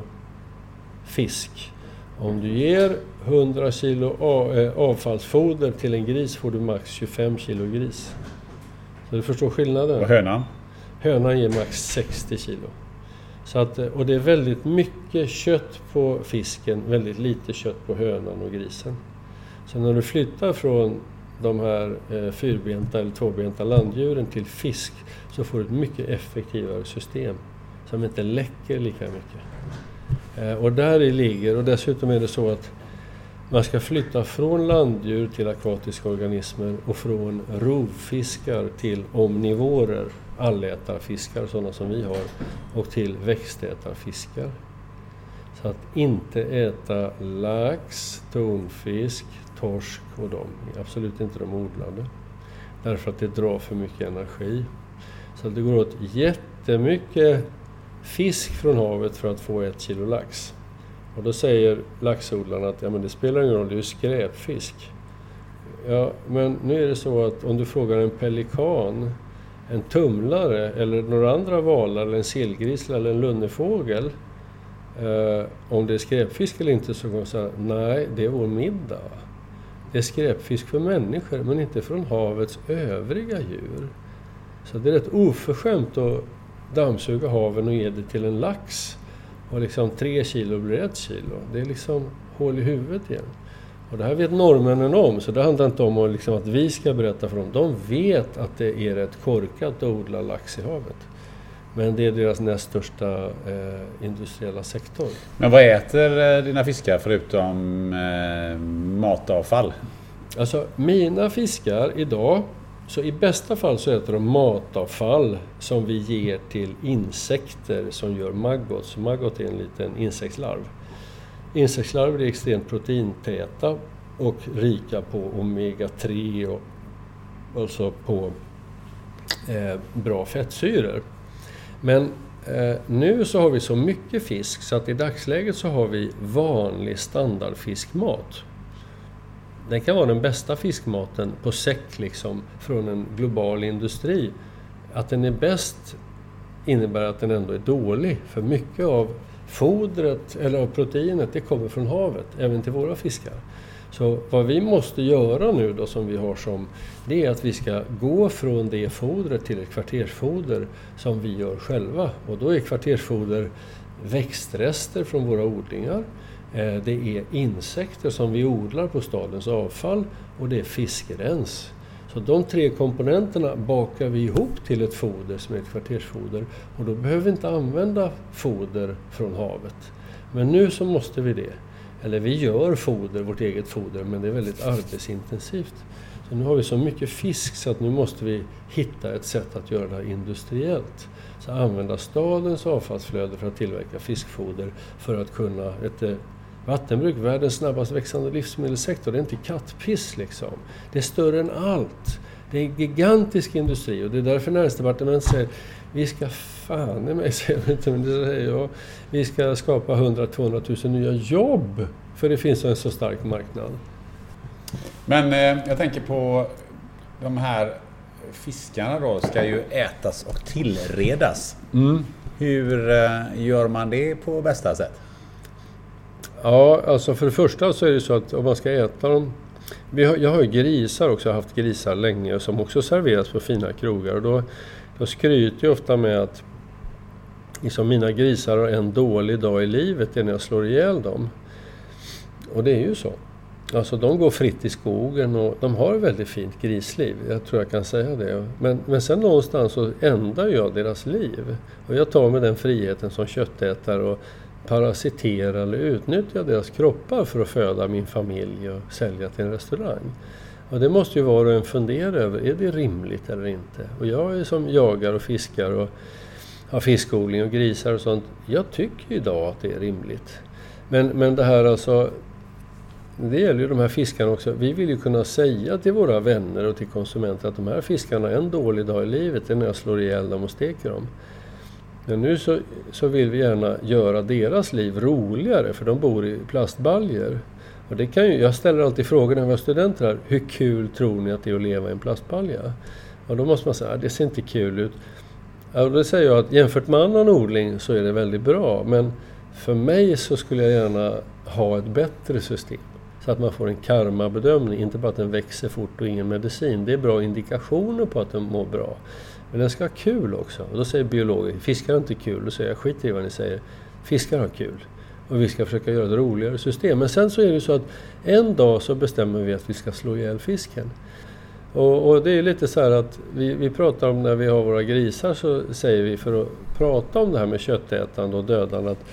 fisk. Om du ger hundra kilo avfallsfoder till en gris får du max tjugofem kilo gris. Så du förstår skillnaden. Och hönan? Hönan ger max sextio kilo. Så att, och det är väldigt mycket kött på fisken, väldigt lite kött på hönan och grisen. Så när du flyttar från de här eh, fyrbenta eller tvåbenta landdjuren till fisk så får du ett mycket effektivare system som inte läcker lika mycket. Eh, och där i ligger, och dessutom är det så att man ska flytta från landdjur till akvatiska organismer och från rovfiskar till omnivorer, allätarfiskar sådana som vi har, och till växtätarfiskar. Så att inte äta lax, tonfisk, torsk och de, absolut inte de odlade. Därför att det drar för mycket energi. Så att det går åt jättemycket fisk från havet för att få ett kilo lax. Och då säger laxodlarna att ja, men det spelar ingen roll, det är ju skräpfisk. Ja, men nu är det så att om du frågar en pelikan, en tumlare eller några andra valar, eller en sillgrisla eller en lunnefågel, eh, om det är skräpfisk eller inte, så kan man säga nej, det är vår middag. Det är skräpfisk för människor men inte från havets övriga djur. Så det är rätt oförskämt att dammsuga haven och ge det till en lax. Och liksom tre kilo blir ett kilo. Det är liksom hål i huvudet igen. Och det här vet norrmännen om. Så det handlar inte om att, liksom att vi ska berätta för dem. De vet att det är rätt korkat att odla lax i havet. Men det är deras näst största eh, industriella sektor. Men vad äter dina fiskar förutom eh, matavfall? Alltså mina fiskar idag, så i bästa fall så äter de matavfall som vi ger till insekter som gör maggots. Maggot är en liten insektslarv. Insektslarver är extremt proteintäta och rika på omega tre och alltså på eh, bra fettsyror. Men eh, nu så har vi så mycket fisk så att i dagsläget så har vi vanlig standardfiskmat. Den kan vara den bästa fiskmaten på säck liksom från en global industri. Att den är bäst innebär att den ändå är dålig. För mycket av fodret eller av proteinet det kommer från havet, även till våra fiskar. Så vad vi måste göra nu då som vi har som, det är att vi ska gå från det fodret till ett kvartersfoder som vi gör själva. Och då är kvartersfoder växtrester från våra odlingar. Det är insekter som vi odlar på stadens avfall och det är fiskrens. Så de tre komponenterna bakar vi ihop till ett foder som är ett kvartersfoder. Och då behöver vi inte använda foder från havet. Men nu så måste vi det. Eller vi gör foder, vårt eget foder, men det är väldigt arbetsintensivt. Så nu har vi så mycket fisk så att nu måste vi hitta ett sätt att göra det industriellt. Så använda stadens avfallsflöde för att tillverka fiskfoder för att kunna ett vattenbruk, världens snabbast växande livsmedelssektor. Det är inte kattpiss liksom. Det är större än allt. Det är en gigantisk industri och det är därför Näringsdepartementet säger vi ska fan i mig säger inte, men det säger jag. Vi ska skapa hundra till tvåhundratusen nya jobb för det finns en så stark marknad. Men eh, jag tänker på de här fiskarna då ska ju ätas och tillredas. Mm. Hur eh, gör man det på bästa sätt? Ja, alltså för det första så är det så att om man ska äta dem. Vi har, jag har ju grisar också, jag har haft grisar länge som också serveras på fina krogar. Och då, då skryter jag ofta med att liksom mina grisar har en dålig dag i livet när jag slår ihjäl dem. Och det är ju så. Alltså de går fritt i skogen och de har ett väldigt fint grisliv. Jag tror jag kan säga det. Men, men sen någonstans så ändrar jag deras liv. Och jag tar med den friheten som köttätare och parasitera eller utnyttja deras kroppar för att föda min familj och sälja till en restaurang. Och det måste ju var och en fundera över, är det rimligt eller inte? Och jag är som jagar och fiskar och har fiskodling och grisar och sånt. Jag tycker idag att det är rimligt. Men, men det här alltså, det gäller ju de här fiskarna också. Vi vill ju kunna säga till våra vänner och till konsumenter att de här fiskarna är en dålig dag i livet, det är när jag slår ihjäl dem och steker dem. Men nu så, så vill vi gärna göra deras liv roligare för de bor i plastbaljer. Och det kan ju, jag ställer alltid frågan när vi har studenter här, hur kul tror ni att det är att leva i en plastbalja? Och då måste man säga, det ser inte kul ut. Ja, då säger jag att jämfört med annan odling så är det väldigt bra. Men för mig så skulle jag gärna ha ett bättre system. Så att man får en karmabedömning, inte bara att den växer fort och ingen medicin. Det är bra indikationer på att den mår bra. Men den ska ha kul också. Och då säger biologer, fiskar har inte kul. Då säger jag, skit i vad ni säger. Fiskar har kul. Och vi ska försöka göra ett roligare system. Men sen så är det så att en dag så bestämmer vi att vi ska slå ihjäl fisken. Och, och det är lite så här att vi, vi pratar om när vi har våra grisar så säger vi för att prata om det här med köttätande och dödande att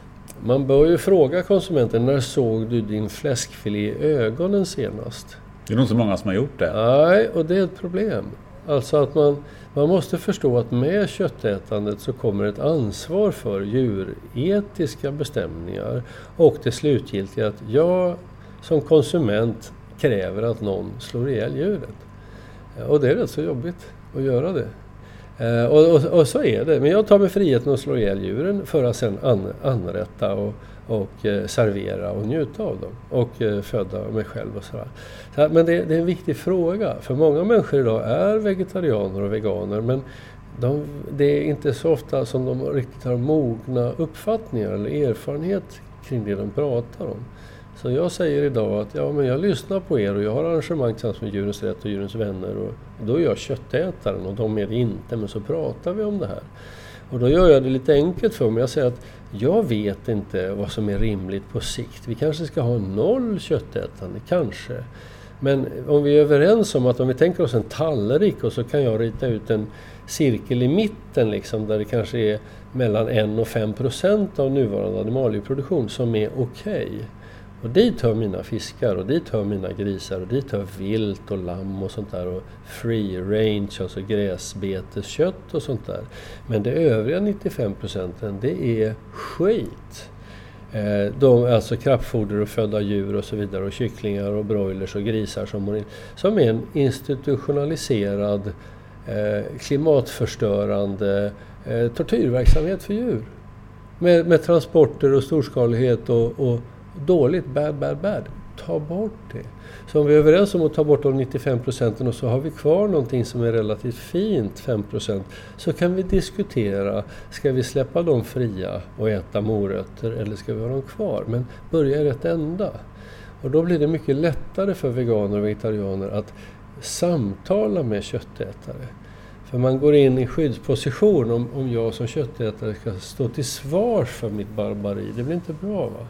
man bör ju fråga konsumenten, när såg du din fläskfilé i ögonen senast? Det är nog så många som har gjort det. Nej, och det är ett problem. Alltså att man, man måste förstå att med köttätandet så kommer ett ansvar för djuretiska bestämningar och det slutgiltiga att jag som konsument kräver att någon slår ihjäl djuret. Och det är rätt så jobbigt att göra det. Eh, och, och, och så är det. Men jag tar mig friheten att slå ihjäl djuren för att sedan an, anrätta och, och eh, servera och njuta av dem. Och eh, föda mig själv och sådär. Så, men det, det är en viktig fråga. För många människor idag är vegetarianer och veganer. Men de, det är inte så ofta som de riktigt har mogna uppfattningar eller erfarenhet kring det de pratar om. Så jag säger idag att ja, men jag lyssnar på er och jag har arrangemang tillsammans med Djurens Rätt och Djurens Vänner och då är jag köttätaren och de är det inte, men så pratar vi om det här. Och då gör jag det lite enkelt för mig. Jag säger att jag vet inte vad som är rimligt på sikt. Vi kanske ska ha noll köttätande, kanske. Men om vi är överens om att om vi tänker oss en tallrik och så kan jag rita ut en cirkel i mitten liksom, där det kanske är mellan en och fem procent av nuvarande animalieproduktion som är okej. Okay. Och dit hör mina fiskar och dit hör mina grisar och dit hör vilt och lamm och sånt där och free range, alltså gräsbeteskött och sånt där. Men det övriga nittiofem procenten, det är skit. Eh, de, alltså kraftfoder och födda djur och så vidare och kycklingar och broilers och grisar som, som är en institutionaliserad eh, klimatförstörande eh, tortyrverksamhet för djur. Med, med transporter och storskalighet och, och dåligt, bad, bad, bad. Ta bort det. Så om vi är överens om att ta bort de nittiofem procenten och så har vi kvar någonting som är relativt fint, fem procent, så kan vi diskutera, ska vi släppa dem fria och äta morötter eller ska vi ha dem kvar? Men börja i rätt ända. Och då blir det mycket lättare för veganer och vegetarianer att samtala med köttätare. För man går in i skyddsposition om, om jag som köttätare ska stå till svars för mitt barbari. Det blir inte bra, va?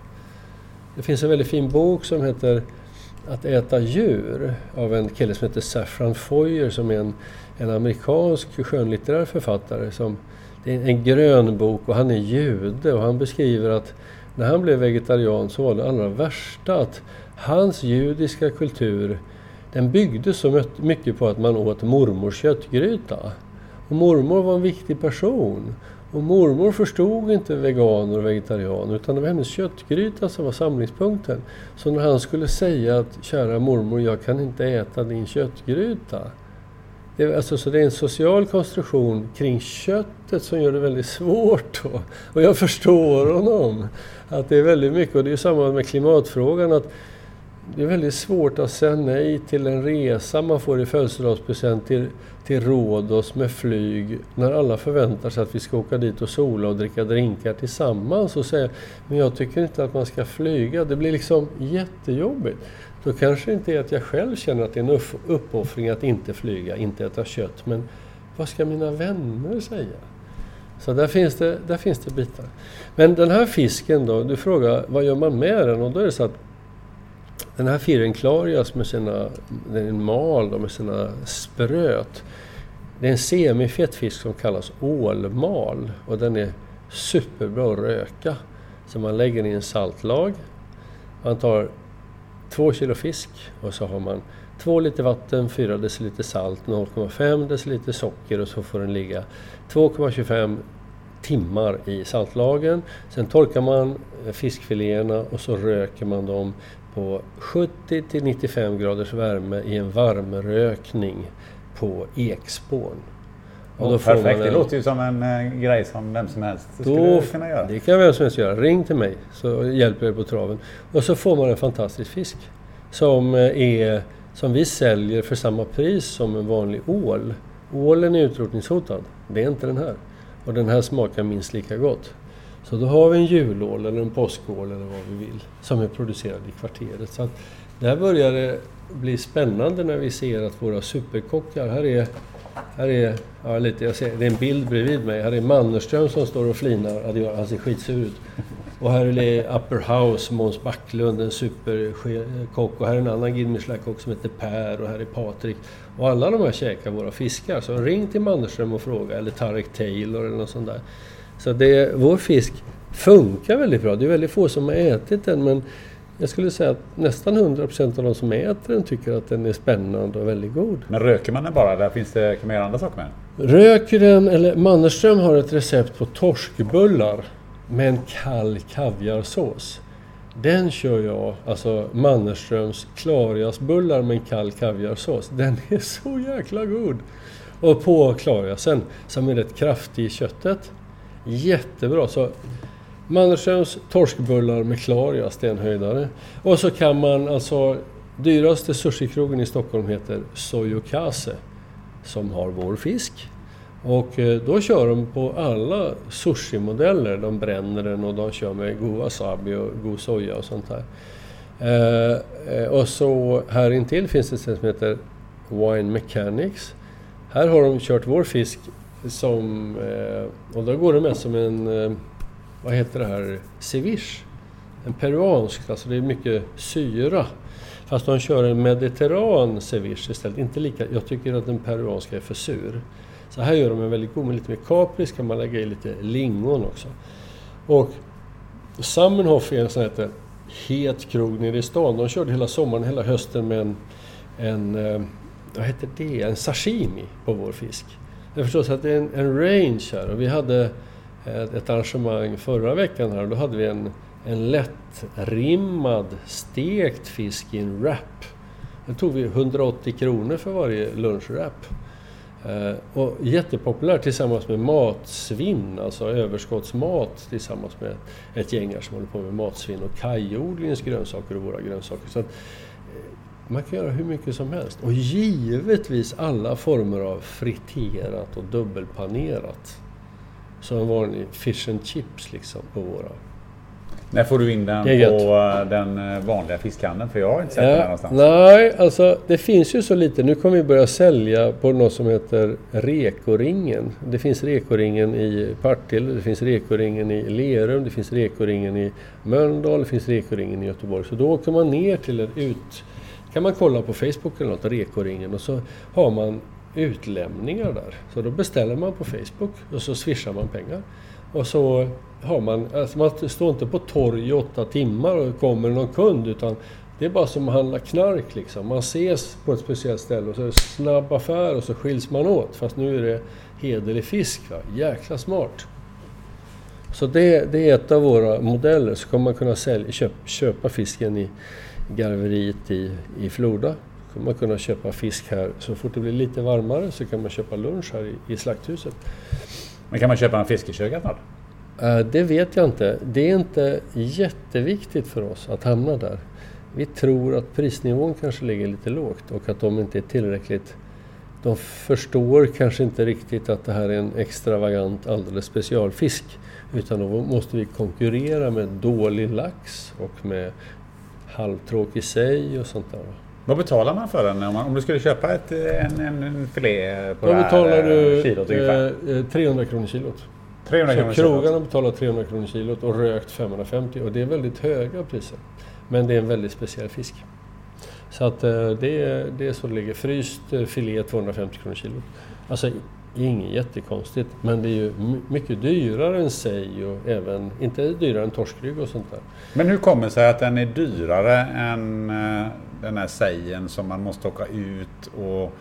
Det finns en väldigt fin bok som heter Att äta djur av en kille som heter Safran Foer som är en, en amerikansk skönlitterär författare. Som, det är en grön bok och han är jude och han beskriver att när han blev vegetarian så var det allra värsta att hans judiska kultur, den byggde så mycket på att man åt mormors köttgryta. Och mormor var en viktig person. Och mormor förstod inte veganer och vegetarianer utan det var hennes köttgryta som var samlingspunkten. Så när han skulle säga att kära mormor, jag kan inte äta din köttgryta. Det är, alltså, så det är en social konstruktion kring köttet som gör det väldigt svårt. Då. Och jag förstår honom att det är väldigt mycket, och det är samma med klimatfrågan, att det är väldigt svårt att säga nej till en resa man får i födelsedagspresent till, till Rhodos med flyg när alla förväntar sig att vi ska åka dit och sola och dricka drinkar tillsammans och säga men jag tycker inte att man ska flyga. Det blir liksom jättejobbigt. Då kanske det inte är att jag själv känner att det är en uppoffring att inte flyga, inte äta kött. Men vad ska mina vänner säga? Så där finns det, där finns det bitar. Men den här fisken då, du frågar vad gör man med den? Och då är det så att den här firen klarias med sina, den är mal då, med sina spröt. Det är en semifett fisk som kallas ålmal och den är superbra att röka. Så man lägger i en saltlag. Man tar två kilo fisk och så har man två liter vatten, fyra deciliter salt, noll komma fem deciliter socker och så får den ligga två komma tjugofem timmar i saltlagen. Sen torkar man fiskfiléerna och så röker man dem på sjuttio till nittiofem graders värme i en varmrökning på ekspån. Och då oh, perfekt, en, det låter ju som en äh, grej som vem som helst då, skulle kunna göra. Det kan vem som helst göra. Ring till mig så hjälper jag på traven. Och så får man en fantastisk fisk som, är, som vi säljer för samma pris som en vanlig ål. Ålen är utrotningshotad, det är inte den här. Och den här smakar minst lika gott. Så då har vi en julål eller en påskål eller vad vi vill som är producerad i kvarteret. Så att där börjar det bli spännande när vi ser att våra superkockar, här är, här är, ja, lite, jag ser, det är en bild bredvid mig, här är Mannerström som står och flinar, han ser skitsur ut. Och här är det Upper House, Måns Backlund, en superkock, och här är en annan Guide Michelin-kock som heter Per och här är Patrik. Och alla de här käkar våra fiskar, så ring till Mannerström och fråga, eller Tarek Taylor eller något sånt där. Så det, vår fisk funkar väldigt bra. Det är väldigt få som har ätit den, men jag skulle säga att nästan hundra procent av de som äter den tycker att den är spännande och väldigt god. Men röker man den bara? Där finns det, kan man göra andra saker med den? Röker den, eller Mannerström har ett recept på torskbullar med en kall kaviarsås. Den kör jag, alltså Mannerströms klariasbullar med en kall kaviarsås. Den är så jäkla god. Och på klariasen som är rätt kraftig i köttet. Jättebra. Så Mannerströms torskbullar med klarias, det är en höjdare. Och så kan man, alltså dyraste sushikrogen i Stockholm heter Soyokase som har vår fisk. Och då kör de på alla sushi-modeller. De bränner den och de kör med god wasabi och god soja och sånt där. Eh, och så här intill finns det ett som heter Wine Mechanics. Här har de kört vår fisk som, eh, och då går det med som en, eh, vad heter det här, ceviche. En peruansk, alltså det är mycket syra. Fast de kör en mediterran ceviche istället. Inte lika, jag tycker att den peruanska är för sur. Så här gör de en väldigt god, med lite mer kapris, kan man lägga i lite lingon också. Och Sammenhof är en sån här het krog nere i stan. De körde hela sommaren, hela hösten med en, en vad heter det, en sashimi på vår fisk. Jag förstår så att det är en, en range här, och vi hade ett, ett arrangemang förra veckan här, och då hade vi en, en lätt rimmad stekt fisk i en wrap. Den tog vi hundraåttio kronor för varje lunchwrap. Eh, och jättepopulärt tillsammans med matsvinn, alltså överskottsmat tillsammans med ett gäng som håller på med matsvinn och kajodlingens grönsaker och våra grönsaker. Så att, eh, man kan göra hur mycket som helst. Och givetvis alla former av friterat och dubbelpanerat. Så en vanlig fish and chips liksom på våra. När får du in den på den vanliga fiskhandeln? För jag har inte sett ja, den någonstans. Nej, alltså det finns ju så lite. Nu kommer vi börja sälja på något som heter Rekoringen. Det finns Rekoringen i Partille, det finns Rekoringen i Lerum, det finns Rekoringen i Mölndal, det finns Rekoringen i Göteborg. Så då åker man ner till en ut... kan man kolla på Facebook eller något, Rekoringen, och så har man utlämningar där. Så då beställer man på Facebook och så swishar man pengar. Och så har man, alltså man står inte på torg i åtta timmar och kommer någon kund, utan det är bara som att handla knark liksom. Man ses på ett speciellt ställe och så är det snabb affär och så skiljs man åt. Fast nu är det hederlig fisk, va? Jäkla smart. Så det, det är ett av våra modeller. Så kommer man kunna sälja, köp, köpa fisken i garveriet i, i Floda. Så kommer man kunna köpa fisk här. Så fort det blir lite varmare så kan man köpa lunch här i, i slakthuset. Men kan man köpa en fiskekök snart? Uh, det vet jag inte. Det är inte jätteviktigt för oss att hamna där. Vi tror att prisnivån kanske ligger lite lågt och att de inte är tillräckligt... De förstår kanske inte riktigt att det här är en extravagant, alldeles specialfisk. Utan då måste vi konkurrera med dålig lax och med halvtråkig sej och sånt där. Vad betalar man för den om, man, om du skulle köpa ett, en, en, en filé på då det här betalar du kilot ungefär? Eh, trehundra kronor kilot. trehundra kronor så krogarna betalar trehundra kronor kilot och rökt femhundrafemtio, och det är väldigt höga priser. Men det är en väldigt speciell fisk. Så att eh, det, är, det är så det ligger. Fryst eh, filé tvåhundrafemtio kronor kilot. Alltså inget jättekonstigt, men det är ju mycket dyrare än sej och även, inte dyrare än torskrygg och sånt där. Men hur kommer det sig att den är dyrare än uh, den här sejen som man måste åka ut och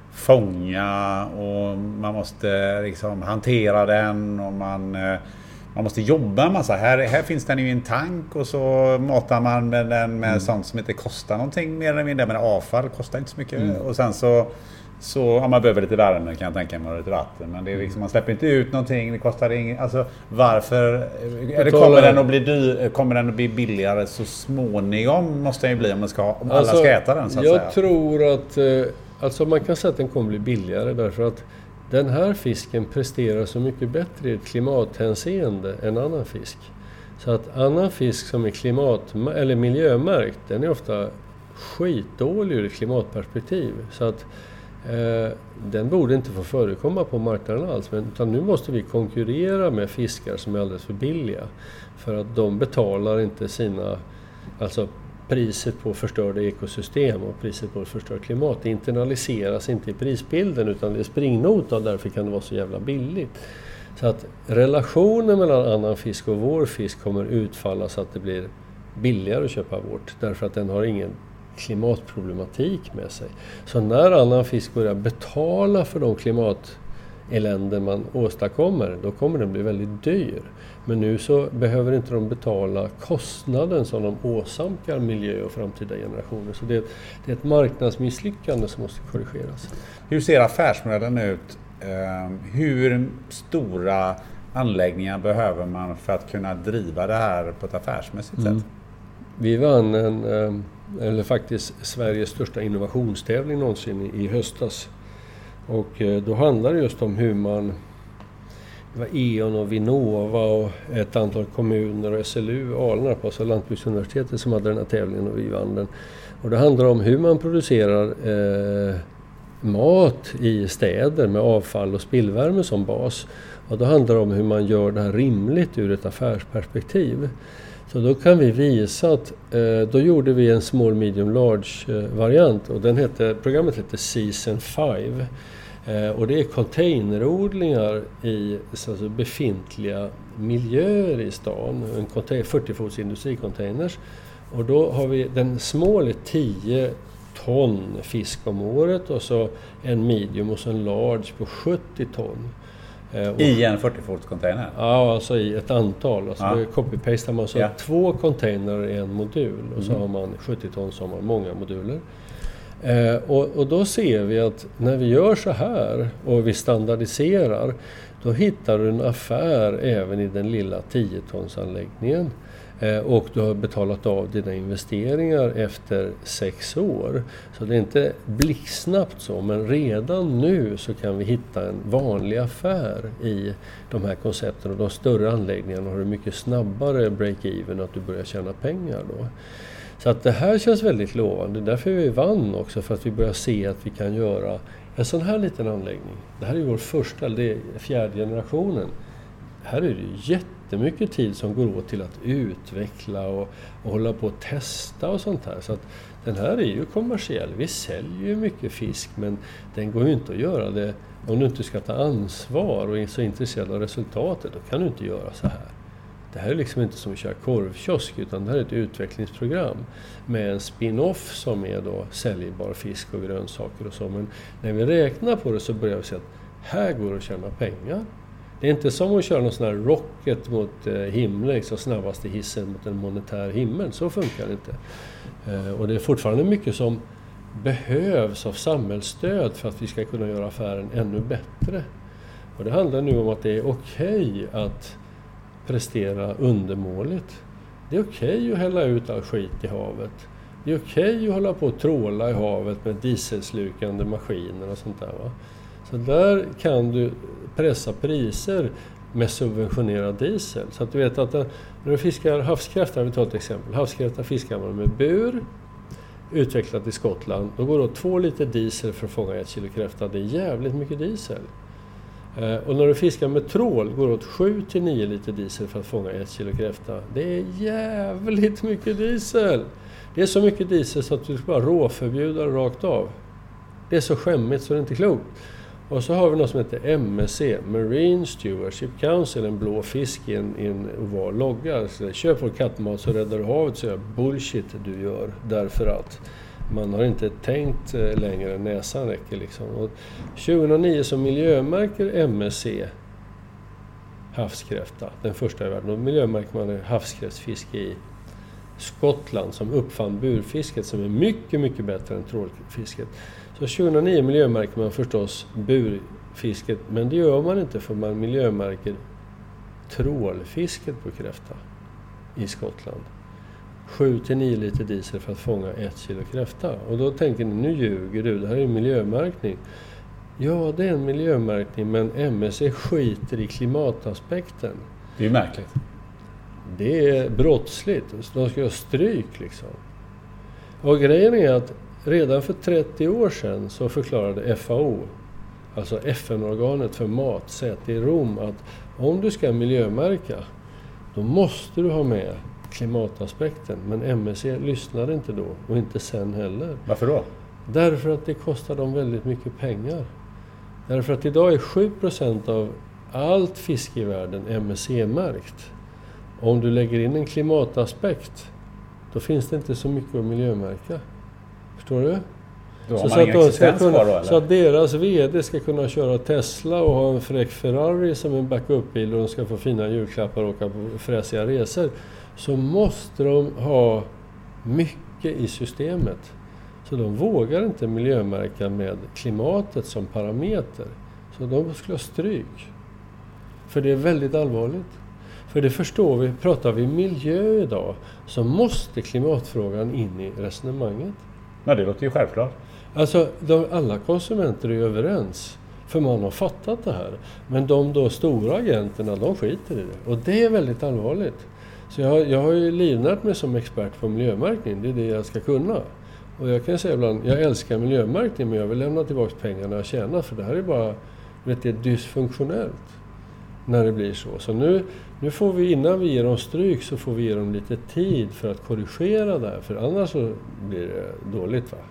fånga och man måste liksom hantera den och man, uh, man måste jobba en massa. Här, här finns den i en tank och så matar man med den med mm. sånt som inte kostar någonting mer eller mindre, men avfall kostar inte så mycket mm. och sen så Så ja, man behöver lite värme kan jag tänka mig, lite vatten, men det är liksom, man släpper inte ut någonting, det kostar inget. Alltså varför eller kommer den att bli dyr, kommer den att bli billigare så småningom, måste den ju bli om man ska om alla alltså, ska äta den så att jag säga. tror att alltså man kan säga att den kommer bli billigare därför att den här fisken presterar så mycket bättre i ett klimathänseende än annan fisk. Så att annan fisk som är klimat eller miljömärkt, den är ofta skitdålig ur ett klimatperspektiv. Så att Eh, den borde inte få förekomma på marknaden alls, men utan nu måste vi konkurrera med fiskar som är alldeles för billiga för att de betalar inte sina, alltså priset på förstörda ekosystem och priset på förstört klimat, det internaliseras inte i prisbilden utan det är springnota och därför kan det vara så jävla billigt. Så att relationen mellan annan fisk och vår fisk kommer utfalla så att det blir billigare att köpa vårt därför att den har ingen klimatproblematik med sig. Så när annan fisk börjar betala för de klimateländen man åstadkommer, då kommer den bli väldigt dyr. Men nu så behöver inte de betala kostnaden som de åsamkar miljö och framtida generationer. Så det är, det är ett marknadsmisslyckande som måste korrigeras. Hur ser affärsmodellen ut? Hur stora anläggningar behöver man för att kunna driva det här på ett affärsmässigt mm. sätt? Vi vann en, eller faktiskt Sveriges största innovationstävling någonsin i höstas. Och då handlar det just om hur man, det var E O N och Vinnova och ett antal kommuner och S L U, Alnarp, alltså Lantbruksuniversitetet som hade den här tävlingen och vi vann den. Och det handlar om hur man producerar eh, mat i städer med avfall och spillvärme som bas. Och då handlar det om hur man gör det här rimligt ur ett affärsperspektiv. Så då kan vi visa att eh, då gjorde vi en small medium large eh, variant och den hette, programmet heter Season fem eh, och det är containerodlingar i alltså, befintliga miljöer i stan, en container, fyrtio fots industricontainers, och då har vi den small är tio ton fisk om året och så en medium och så en large på sjuttio ton. I en fyrtio fots container? Ja, alltså i ett antal. Alltså ja. Copy-pastar man så ja. två container i en modul och så mm. har man sjuttio ton som har många moduler. Eh, och, och då ser vi att när vi gör så här och vi standardiserar, då hittar du en affär även i den lilla tio tonsanläggningen. Eh, och du har betalat av dina investeringar efter sex år. Så det är inte blixtsnabbt så, men redan nu så kan vi hitta en vanlig affär i de här koncepten. Och de större anläggningarna har du mycket snabbare break-even att du börjar tjäna pengar då. Så att det här känns väldigt lovande. Därför vi vann också, för att vi börjar se att vi kan göra en sån här liten anläggning. Det här är vår första, det är fjärde generationen. Här är det jättemycket tid som går åt till att utveckla och, och hålla på att testa och sånt här. Så att den här är ju kommersiell. Vi säljer ju mycket fisk, men den går ju inte att göra det om du inte ska ta ansvar och är så intresserad av resultatet. Då kan du inte göra så här. Det här är liksom inte som att köra korvkiosk, utan det här är ett utvecklingsprogram med en spin-off som är då säljbar fisk och grönsaker och så. Men när vi räknar på det så börjar vi se att här går det att tjäna pengar. Det är inte som att köra någon sån här rocket mot himlen, liksom snabbaste hissen mot en monetär himmel. Så funkar det inte. Och det är fortfarande mycket som behövs av samhällsstöd för att vi ska kunna göra affären ännu bättre. Och det handlar nu om att det är okej att prestera undermåligt. Det är okej att hälla ut all skit i havet. Det är okej att hålla på och tråla i havet med dieselslukande maskiner och sånt där, va? Så där kan du pressa priser med subventionerad diesel. Så att du vet att när du fiskar havskräftor, vi tar ett exempel. Havskräftor fiskar man med bur, utvecklat i Skottland. Då går det två liter diesel för att fånga ett kilo kräfta. Det är jävligt mycket diesel. Och när du fiskar med trål går det åt sju till nio liter diesel för att fånga ett kilo kräfta. Det är jävligt mycket diesel. Det är så mycket diesel så att du ska bara råförbjuda det rakt av. Det är så skämmigt så det är inte klokt. Och så har vi något som heter M S C, Marine Stewardship Council, en blå fisk i en, i en oval logga. Så köp vår kattmat så räddar du havet, så är bullshit du gör. Därför att man har inte tänkt längre än näsan räcker liksom. Och tjugohundranio så miljömärker M S C havskräfta, den första i världen. Och miljömärker man havskräftfisk i Skottland som uppfann burfisket som är mycket, mycket bättre än trålfisket. Så tjugohundranio miljömärker man förstås burfisket, men det gör man inte för man miljömärker trålfisket på kräfta i Skottland. sju till nio liter diesel för att fånga ett kilo kräfta. Och då tänker ni, nu ljuger du, det här är en miljömärkning. Ja, det är en miljömärkning, men M S C skiter i klimataspekten. Det är ju märkligt. Det är brottsligt. De ska ha stryk liksom. Och grejen är att redan för trettio år sedan så förklarade F A O, alltså F N-organet för mat, säte i Rom, att om du ska miljömärka, då måste du ha med klimataspekten. Men M S C lyssnade inte då och inte sen heller. Varför då? Därför att det kostar dem väldigt mycket pengar. Därför att idag är sju procent av allt fisk i världen M S C-märkt. Om du lägger in en klimataspekt, då finns det inte så mycket att miljömärka. Förstår du? Då har så, man så, ingen att existens kunna, kvar då, eller? så att deras vd ska kunna köra Tesla och ha en fräck Ferrari som en backup-bil och de ska få fina julklappar och åka på fräsiga resor, så måste de ha mycket i systemet. Så de vågar inte miljömärka med klimatet som parameter. Så de skulle ha stryk. För det är väldigt allvarligt. För det förstår vi, pratar vi miljö idag, så måste klimatfrågan in i resonemanget. Ja, det låter ju självklart. Alltså, de, alla konsumenter är överens. För man har fattat det här. Men de då stora agenterna, de skiter i det. Och det är väldigt allvarligt. Så jag, jag har ju livnärt mig som expert på miljömärkning. Det är det jag ska kunna. Och jag kan säga ibland, jag älskar miljömärkning, men jag vill lämna tillbaka pengarna jag tjänar. För det här är bara, vet du, dysfunktionellt. När det blir så. Så nu, nu får vi, innan vi ger dem stryk, så får vi ge dem lite tid för att korrigera det här. För annars så blir det dåligt, va?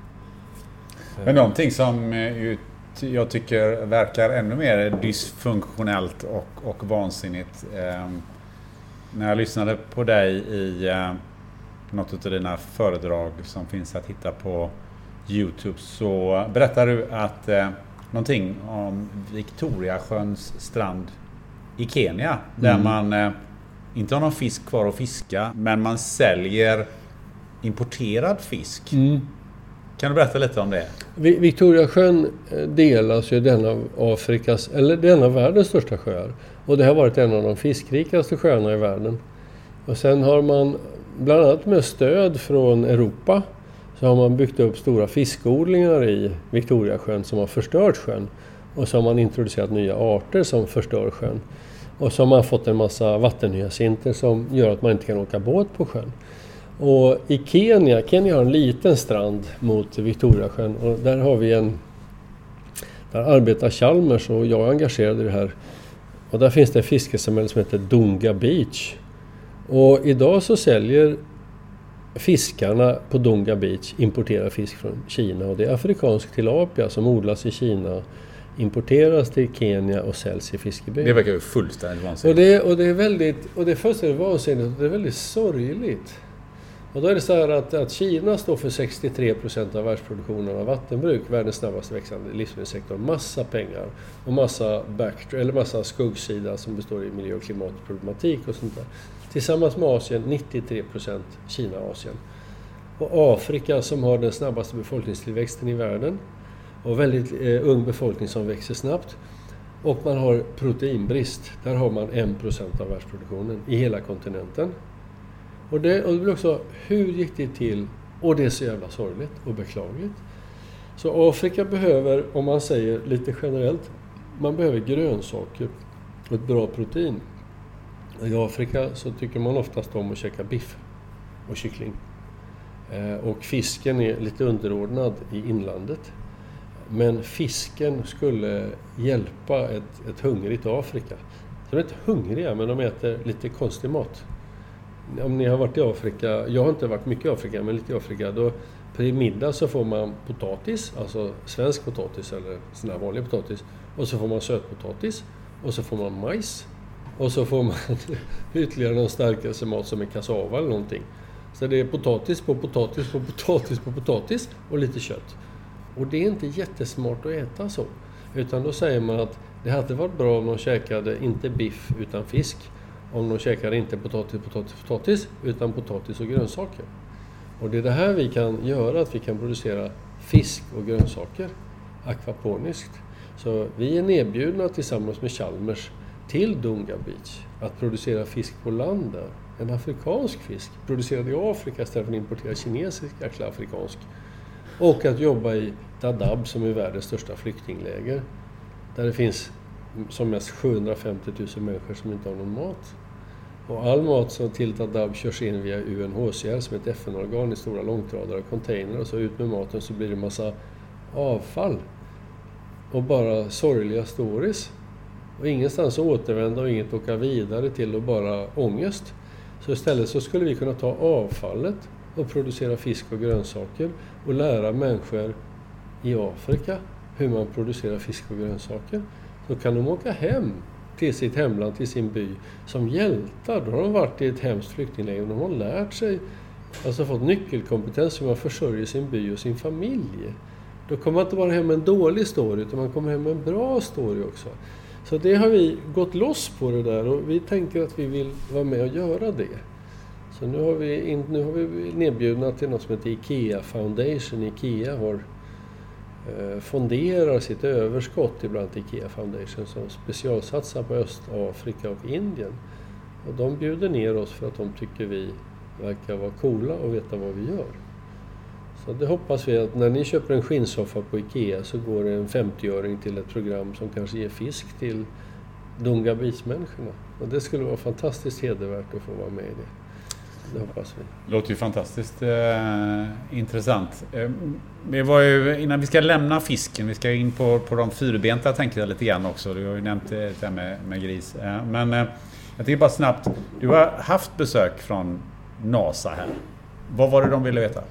Men någonting som jag tycker verkar ännu mer dysfunktionellt och, och vansinnigt. Eh, när jag lyssnade på dig i eh, något av dina föredrag som finns att hitta på YouTube, så berättar du att eh, någonting om Victoriasjöns strand i Kenya, där mm. man eh, inte har någon fisk kvar att fiska, men man säljer importerad fisk. Mm. Kan du berätta lite om det? Victoriasjön delas ju den av Afrikas, eller den av världens största sjöar. Och det har varit en av de fiskrikaste sjöarna i världen. Och sen har man, bland annat med stöd från Europa, så har man byggt upp stora fiskodlingar i Victoriasjön som har förstört sjön. Och så har man introducerat nya arter som förstör sjön. Och så har man fått en massa vattenhyacinter som gör att man inte kan åka båt på sjön. Och i Kenya, Kenya har en liten strand mot Victoriasjön och där har vi en, där arbetar Chalmers och jag är engagerad i det här. Och där finns det ett fiskesamhälle som heter Dunga Beach. Och idag så säljer fiskarna på Dunga Beach importerar fisk från Kina och det är afrikansk tilapia som odlas i Kina, importeras till Kenya och säljs i fiskebyn. Det verkar ju fullständigt vansinnigt. Och det, och det är väldigt, och det är fullständigt vansinnigt och det är väldigt sorgligt. Och då är det så här att, att Kina står för sextiotre procent av världsproduktionen av vattenbruk, världens snabbast växande livsmedelssektor, massa pengar och massa back, eller massa skuggsida som består i miljö- och klimatproblematik och sånt där. Tillsammans med Asien, nittiotre procent Kina-Asien. Och Afrika som har den snabbaste befolkningstillväxten i världen och väldigt eh, ung befolkning som växer snabbt. Och man har proteinbrist, där har man en procent av världsproduktionen i hela kontinenten. Och det, och det blir också, hur gick det till? Och det är så jävla sorgligt och beklagligt. Så Afrika behöver, om man säger lite generellt, man behöver grönsaker och ett bra protein. I Afrika så tycker man oftast om att käka biff och kyckling. Eh, och fisken är lite underordnad i inlandet. Men fisken skulle hjälpa ett, ett hungrigt Afrika. Så de är inte hungriga, men de äter lite konstig mat. Om ni har varit i Afrika, jag har inte varit mycket i Afrika, men lite i Afrika, då på middag så får man potatis, alltså svensk potatis eller sån här vanlig potatis, och så får man sötpotatis, och så får man majs, och så får man ytterligare någon starkare mat som är kassava eller någonting. Så det är potatis på potatis på potatis på potatis och lite kött. Och det är inte jättesmart att äta så, utan då säger man att det hade varit bra om de käkade inte biff utan fisk. Om de käkar inte potatis, potatis, potatis utan potatis och grönsaker. Och det är det här vi kan göra, att vi kan producera fisk och grönsaker akvaponiskt. Så vi är nedbjudna tillsammans med Chalmers till Dunga Beach att producera fisk på land där. En afrikansk fisk producerad i Afrika istället för att importera kinesisk eller afrikansk. Och att jobba i Dadaab som är världens största flyktingläger. Där det finns som mest sjuhundrafemtio tusen människor som inte har någon mat. Och all mat som till Dadaab körs in via U N H C R som är ett F N-organ i stora långtradare och container, och så ut med maten så blir det en massa avfall. Och bara sorgliga stories. Och ingenstans att återvända och inget att åka vidare till och bara ångest. Så istället så skulle vi kunna ta avfallet och producera fisk och grönsaker och lära människor i Afrika hur man producerar fisk och grönsaker. Då kan de åka hem till sitt hemland, till sin by som hjältar. Då har de varit i ett hemskt flyktingläger och de har lärt sig, alltså fått nyckelkompetens hur man försörjer sin by och sin familj. Då kommer man inte bara hem med en dålig story, utan man kommer hem med en bra story också. Så det har vi gått loss på det där och vi tänker att vi vill vara med och göra det. Så nu har vi, in, nu har vi nedbjudna till något som heter IKEA Foundation. IKEA har eh, fonderar sitt överskott ibland till IKEA Foundation som specialsatsar på Östafrika och Indien. Och de bjuder ner oss för att de tycker vi verkar vara coola och veta vad vi gör. Så det hoppas vi att när ni köper en skinnsoffa på IKEA så går det en femtioöring till ett program som kanske ger fisk till Dunga Beach-människorna. Och det skulle vara fantastiskt hedervärt att få vara med i det. Det hoppas vi. Låter ju fantastiskt eh, intressant. Eh, det var ju, innan vi ska lämna fisken, vi ska in på, på de fyrbenta tänkte jag lite grann också. Du har ju nämnt det här med, med gris. Eh, men eh, jag tycker bara snabbt, du har haft besök från NASA här. Vad var det de ville veta?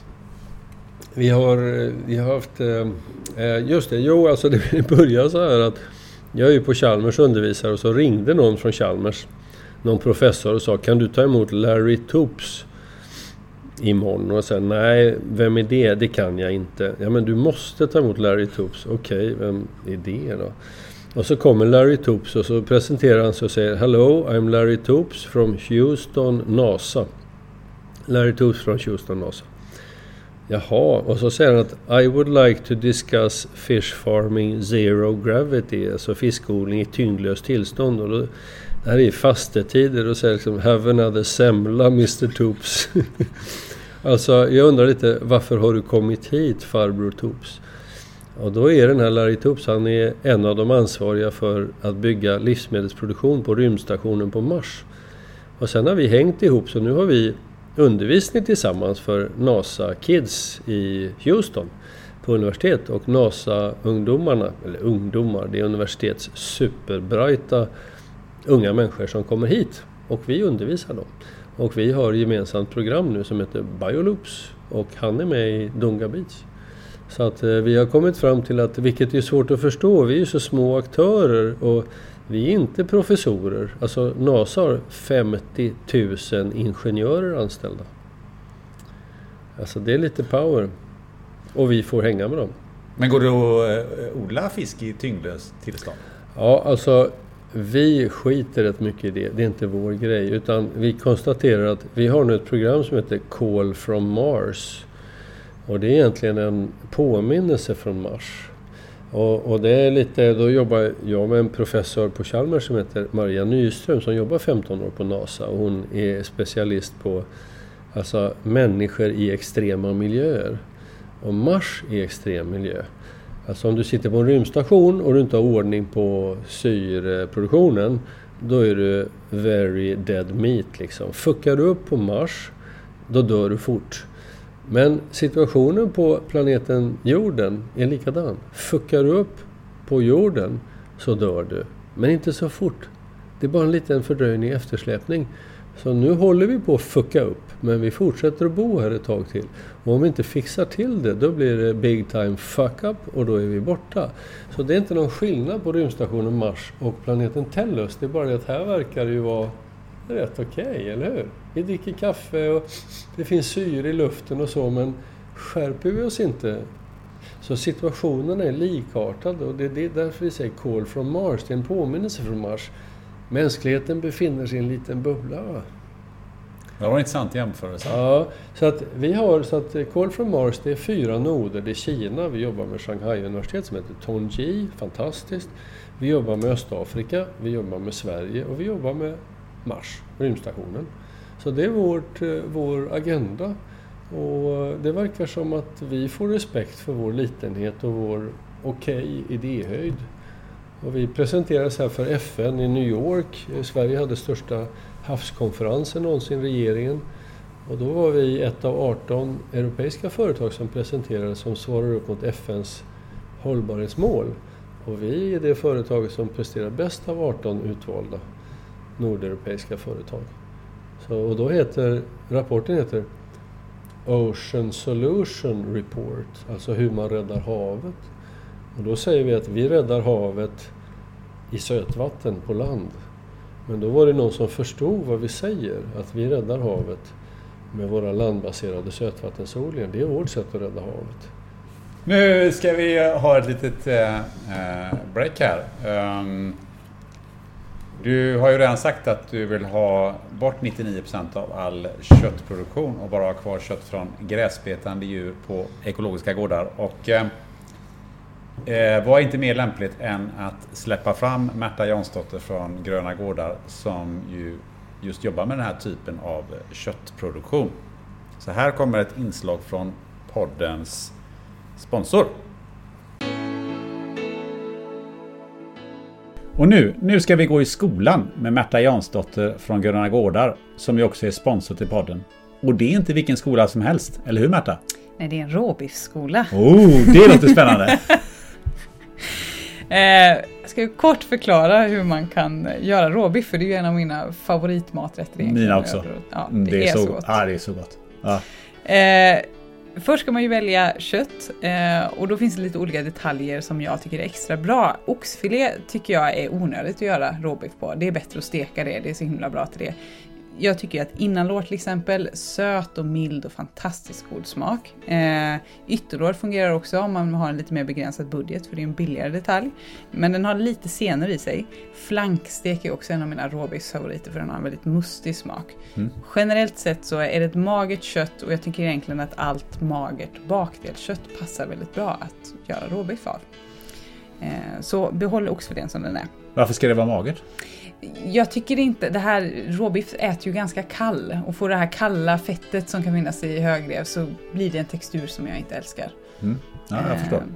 Vi har, vi har haft, eh, just det, jo alltså det började så här att jag är ju på Chalmers undervisare och så ringde någon från Chalmers, någon professor och sa, kan du ta emot Larry Toops imorgon? Och sa, nej, vem är det? Det kan jag inte. Ja, men du måste ta emot Larry Toops. Okej, vem är det då? Och så kommer Larry Toops och så presenterar han sig och säger, hello, I'm Larry Toops from Houston, NASA. Larry Toops från Houston, NASA. Jaha, och så säger han att I would like to discuss fish farming zero gravity, alltså fiskodling i tyngdlöst tillstånd. Och då, det här är fastetider och säger liksom have another semla mister Toops. Alltså jag undrar lite, varför har du kommit hit farbror Toops? Och då är den här Larry Toops, han är en av de ansvariga för att bygga livsmedelsproduktion på rymdstationen på Mars. Och sen har vi hängt ihop, så nu har vi undervisning tillsammans för NASA Kids i Houston på universitet, och NASA-ungdomarna, eller ungdomar, det är universitets superbrighta unga människor som kommer hit och vi undervisar dem. Och vi har ett gemensamt program nu som heter Bioloops och han är med i Dunga Beach. Så att eh, vi har kommit fram till att, vilket är svårt att förstå, vi är ju så små aktörer och vi är inte professorer. Alltså NASA har femtio tusen ingenjörer anställda. Alltså det är lite power. Och vi får hänga med dem. Men går det att odla fisk i tyngdlöst tillstånd? Ja, alltså vi skiter rätt mycket i det. Det är inte vår grej. Utan vi konstaterar att vi har nu ett program som heter Call from Mars. Och det är egentligen en påminnelse från Mars. Och, och det är lite, då jobbar jag med en professor på Chalmers som heter Maria Nyström som jobbar femton år på NASA. Och hon är specialist på alltså, människor i extrema miljöer. Och Mars är extrem miljö. Alltså om du sitter på en rymdstation och du inte har ordning på syreproduktionen, då är du very dead meat liksom. Fuckar du upp på Mars, då dör du fort. Men situationen på planeten jorden är likadan. Fuckar du upp på jorden så dör du. Men inte så fort. Det är bara en liten fördröjning, eftersläpning. Så nu håller vi på att fucka upp. Men vi fortsätter att bo här ett tag till. Och om vi inte fixar till det, då blir det big time fuck up och då är vi borta. Så det är inte någon skillnad på rymdstationen Mars och planeten Tellus. Det är bara det att här verkar det ju vara rätt okej, okay, eller hur? Vi dricker kaffe och det finns syre i luften och så, men skärper vi oss inte? Så situationen är likartad och det är därför vi säger Call from Mars. Det är en påminnelse från Mars. Mänskligheten befinner sig i en liten bubbla. Det var en intressant jämförelse. Ja, så att vi har, så att Call from Mars, det är fyra noder. Det är Kina, vi jobbar med Shanghai universitet som heter Tongji, fantastiskt. Vi jobbar med Östafrika, vi jobbar med Sverige och vi jobbar med Mars, rymdstationen. Så det är vårt, vår agenda. Och det verkar som att vi får respekt för vår litenhet och vår okej idéhöjd. Och vi presenterades här för F N i New York. Sverige hade största havskonferensen någonsin, regeringen. Och då var vi ett av arton europeiska företag som presenterades som svarar upp mot F N:s hållbarhetsmål. Och vi är det företaget som presterar bäst av arton utvalda nordeuropeiska företag. Så, och då heter, rapporten heter Ocean Solution Report, alltså hur man räddar havet. Och då säger vi att vi räddar havet i sötvatten på land. Men då var det någon som förstod vad vi säger, att vi räddar havet med våra landbaserade sötvattensodlingar. Det är vårt sätt att rädda havet. Nu ska vi ha ett litet eh, break här. Um, du har ju redan sagt att du vill ha bort nittionio procent av all köttproduktion och bara ha kvar kött från gräsbetande djur på ekologiska gårdar. Och eh, Eh, var inte mer lämpligt än att släppa fram Märta Jansdotter från Gröna Gårdar som ju just jobbar med den här typen av köttproduktion. Så här kommer ett inslag från poddens sponsor. Och nu, nu ska vi gå i skolan med Märta Jansdotter från Gröna Gårdar som ju också är sponsor till podden. Och det är inte vilken skola som helst, eller hur Märta? Nej, det är en råbiffskola. Oh, det låter spännande! Jag ska ju kort förklara hur man kan göra råbiff, för det är ju en av mina favoritmaträtter. Mina också. Ja, det, det är, är så, så gott. Ja, det är så gott. Ja. Eh, först ska man ju välja kött eh, och då finns det lite olika detaljer som jag tycker är extra bra. Oxfilé tycker jag är onödigt att göra råbiff på. Det är bättre att steka det, det är så himla bra till det. Jag tycker att innanlår till exempel, söt och mild och fantastiskt god smak. Eh, ytterlår fungerar också om man har en lite mer begränsad budget, för det är en billigare detalj. Men den har lite senare i sig. Flankstek är också en av mina råbiffsfavoriter, för den har en väldigt mustig smak. Mm. Generellt sett så är det ett magert kött, och jag tycker egentligen att allt magert bakdelskött passar väldigt bra att göra råbiff av. Eh, så behåll oxfilén som den är. Varför ska det vara magert? Jag tycker inte, det här råbiff äter ju ganska kall, och får det här kalla fettet som kan finnas i högrev så blir det en textur som jag inte älskar. Mm. Ja, jag eh, förstår.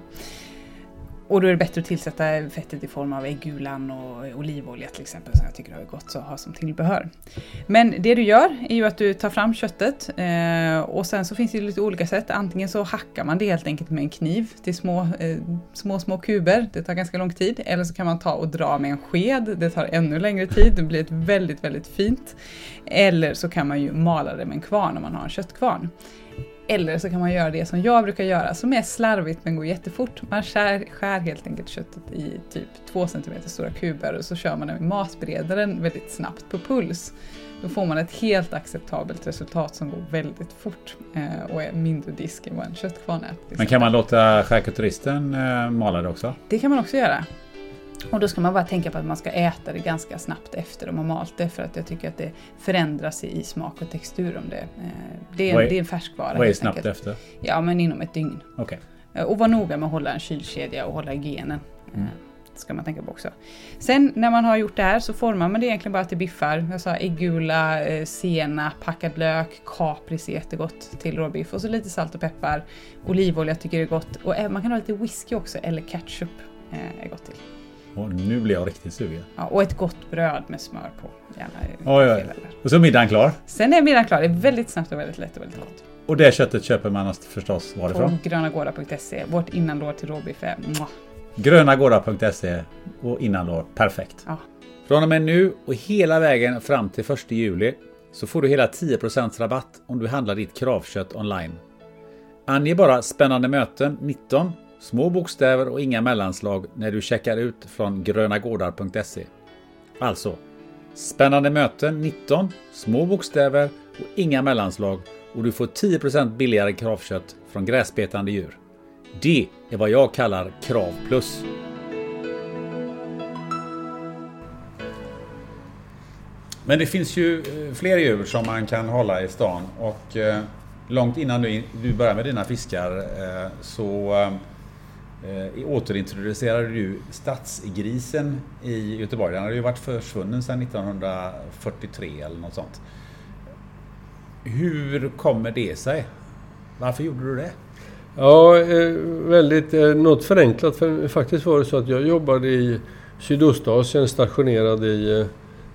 Och då är det bättre att tillsätta fettet i form av äggulan och olivolja till exempel, som jag tycker är gott att ha som tillbehör. Men det du gör är ju att du tar fram köttet eh, och sen så finns det lite olika sätt. Antingen så hackar man det helt enkelt med en kniv till små, eh, små, små kuber. Det tar ganska lång tid. Eller så kan man ta och dra med en sked. Det tar ännu längre tid. Det blir ett väldigt, väldigt fint. Eller så kan man ju mala det med en kvarn om man har en köttkvarn. Eller så kan man göra det som jag brukar göra, som är slarvigt men går jättefort. Man skär, skär helt enkelt köttet i typ två centimeter stora kuber, och så kör man den med matberedaren väldigt snabbt på puls. Då får man ett helt acceptabelt resultat som går väldigt fort eh, och är mindre disk än vad en köttkvarn är. Men kan man låta charkuteristen eh, mala det också? Det kan man också göra. Och då ska man bara tänka på att man ska äta det ganska snabbt efter de har malt det, för att jag tycker att det förändras i smak och textur om det. Det är en, är, det är en färskvara. Vad är snabbt enkelt. Efter? Ja, men inom ett dygn. Okay. Och var noga med att hålla en kylkedja och hålla hygienen. Mm. Det ska man tänka på också. Sen när man har gjort det här så formar man det egentligen bara till biffar. Jag sa äggula, senap, packad lök, kapris är jättegott till råbiff. Och så lite salt och peppar. Olivolja tycker jag är gott. Och man kan ha lite whisky också, eller ketchup är gott till. Och nu blir jag riktigt sugen. Ja, och ett gott bröd med smör på. Gärna. Oj, oj. Och så är middagen klar. Sen är middagen klar. Det är väldigt snabbt och väldigt lätt och väldigt gott. Och det köttet köper man förstås varifrån? På grönagårdar punkt se. Vårt innanlår till råbiff är... grönagårdar punkt se och innanlår. Perfekt. Ja. Från och med nu och hela vägen fram till första juli så får du hela tio procent rabatt om du handlar ditt kravkött online. Ange bara spännande möten nitton, små bokstäver och inga mellanslag när du checkar ut från grönagårdar punkt se. Alltså, spännande möten nitton, små bokstäver och inga mellanslag, och du får tio procent billigare kravkött från gräsbetande djur. Det är vad jag kallar krav plus. Men det finns ju fler djur som man kan hålla i stan, och eh, långt innan du, du börjar med dina fiskar eh, så eh, återintroducerade du stadsgrisen i Göteborg. Den har ju varit försvunnen sedan nittonhundrafyrtiotre eller något sånt. Hur kommer det sig? Varför gjorde du det? Ja, väldigt något förenklat. För faktiskt var det så att jag jobbade i Sydostasien, stationerad i,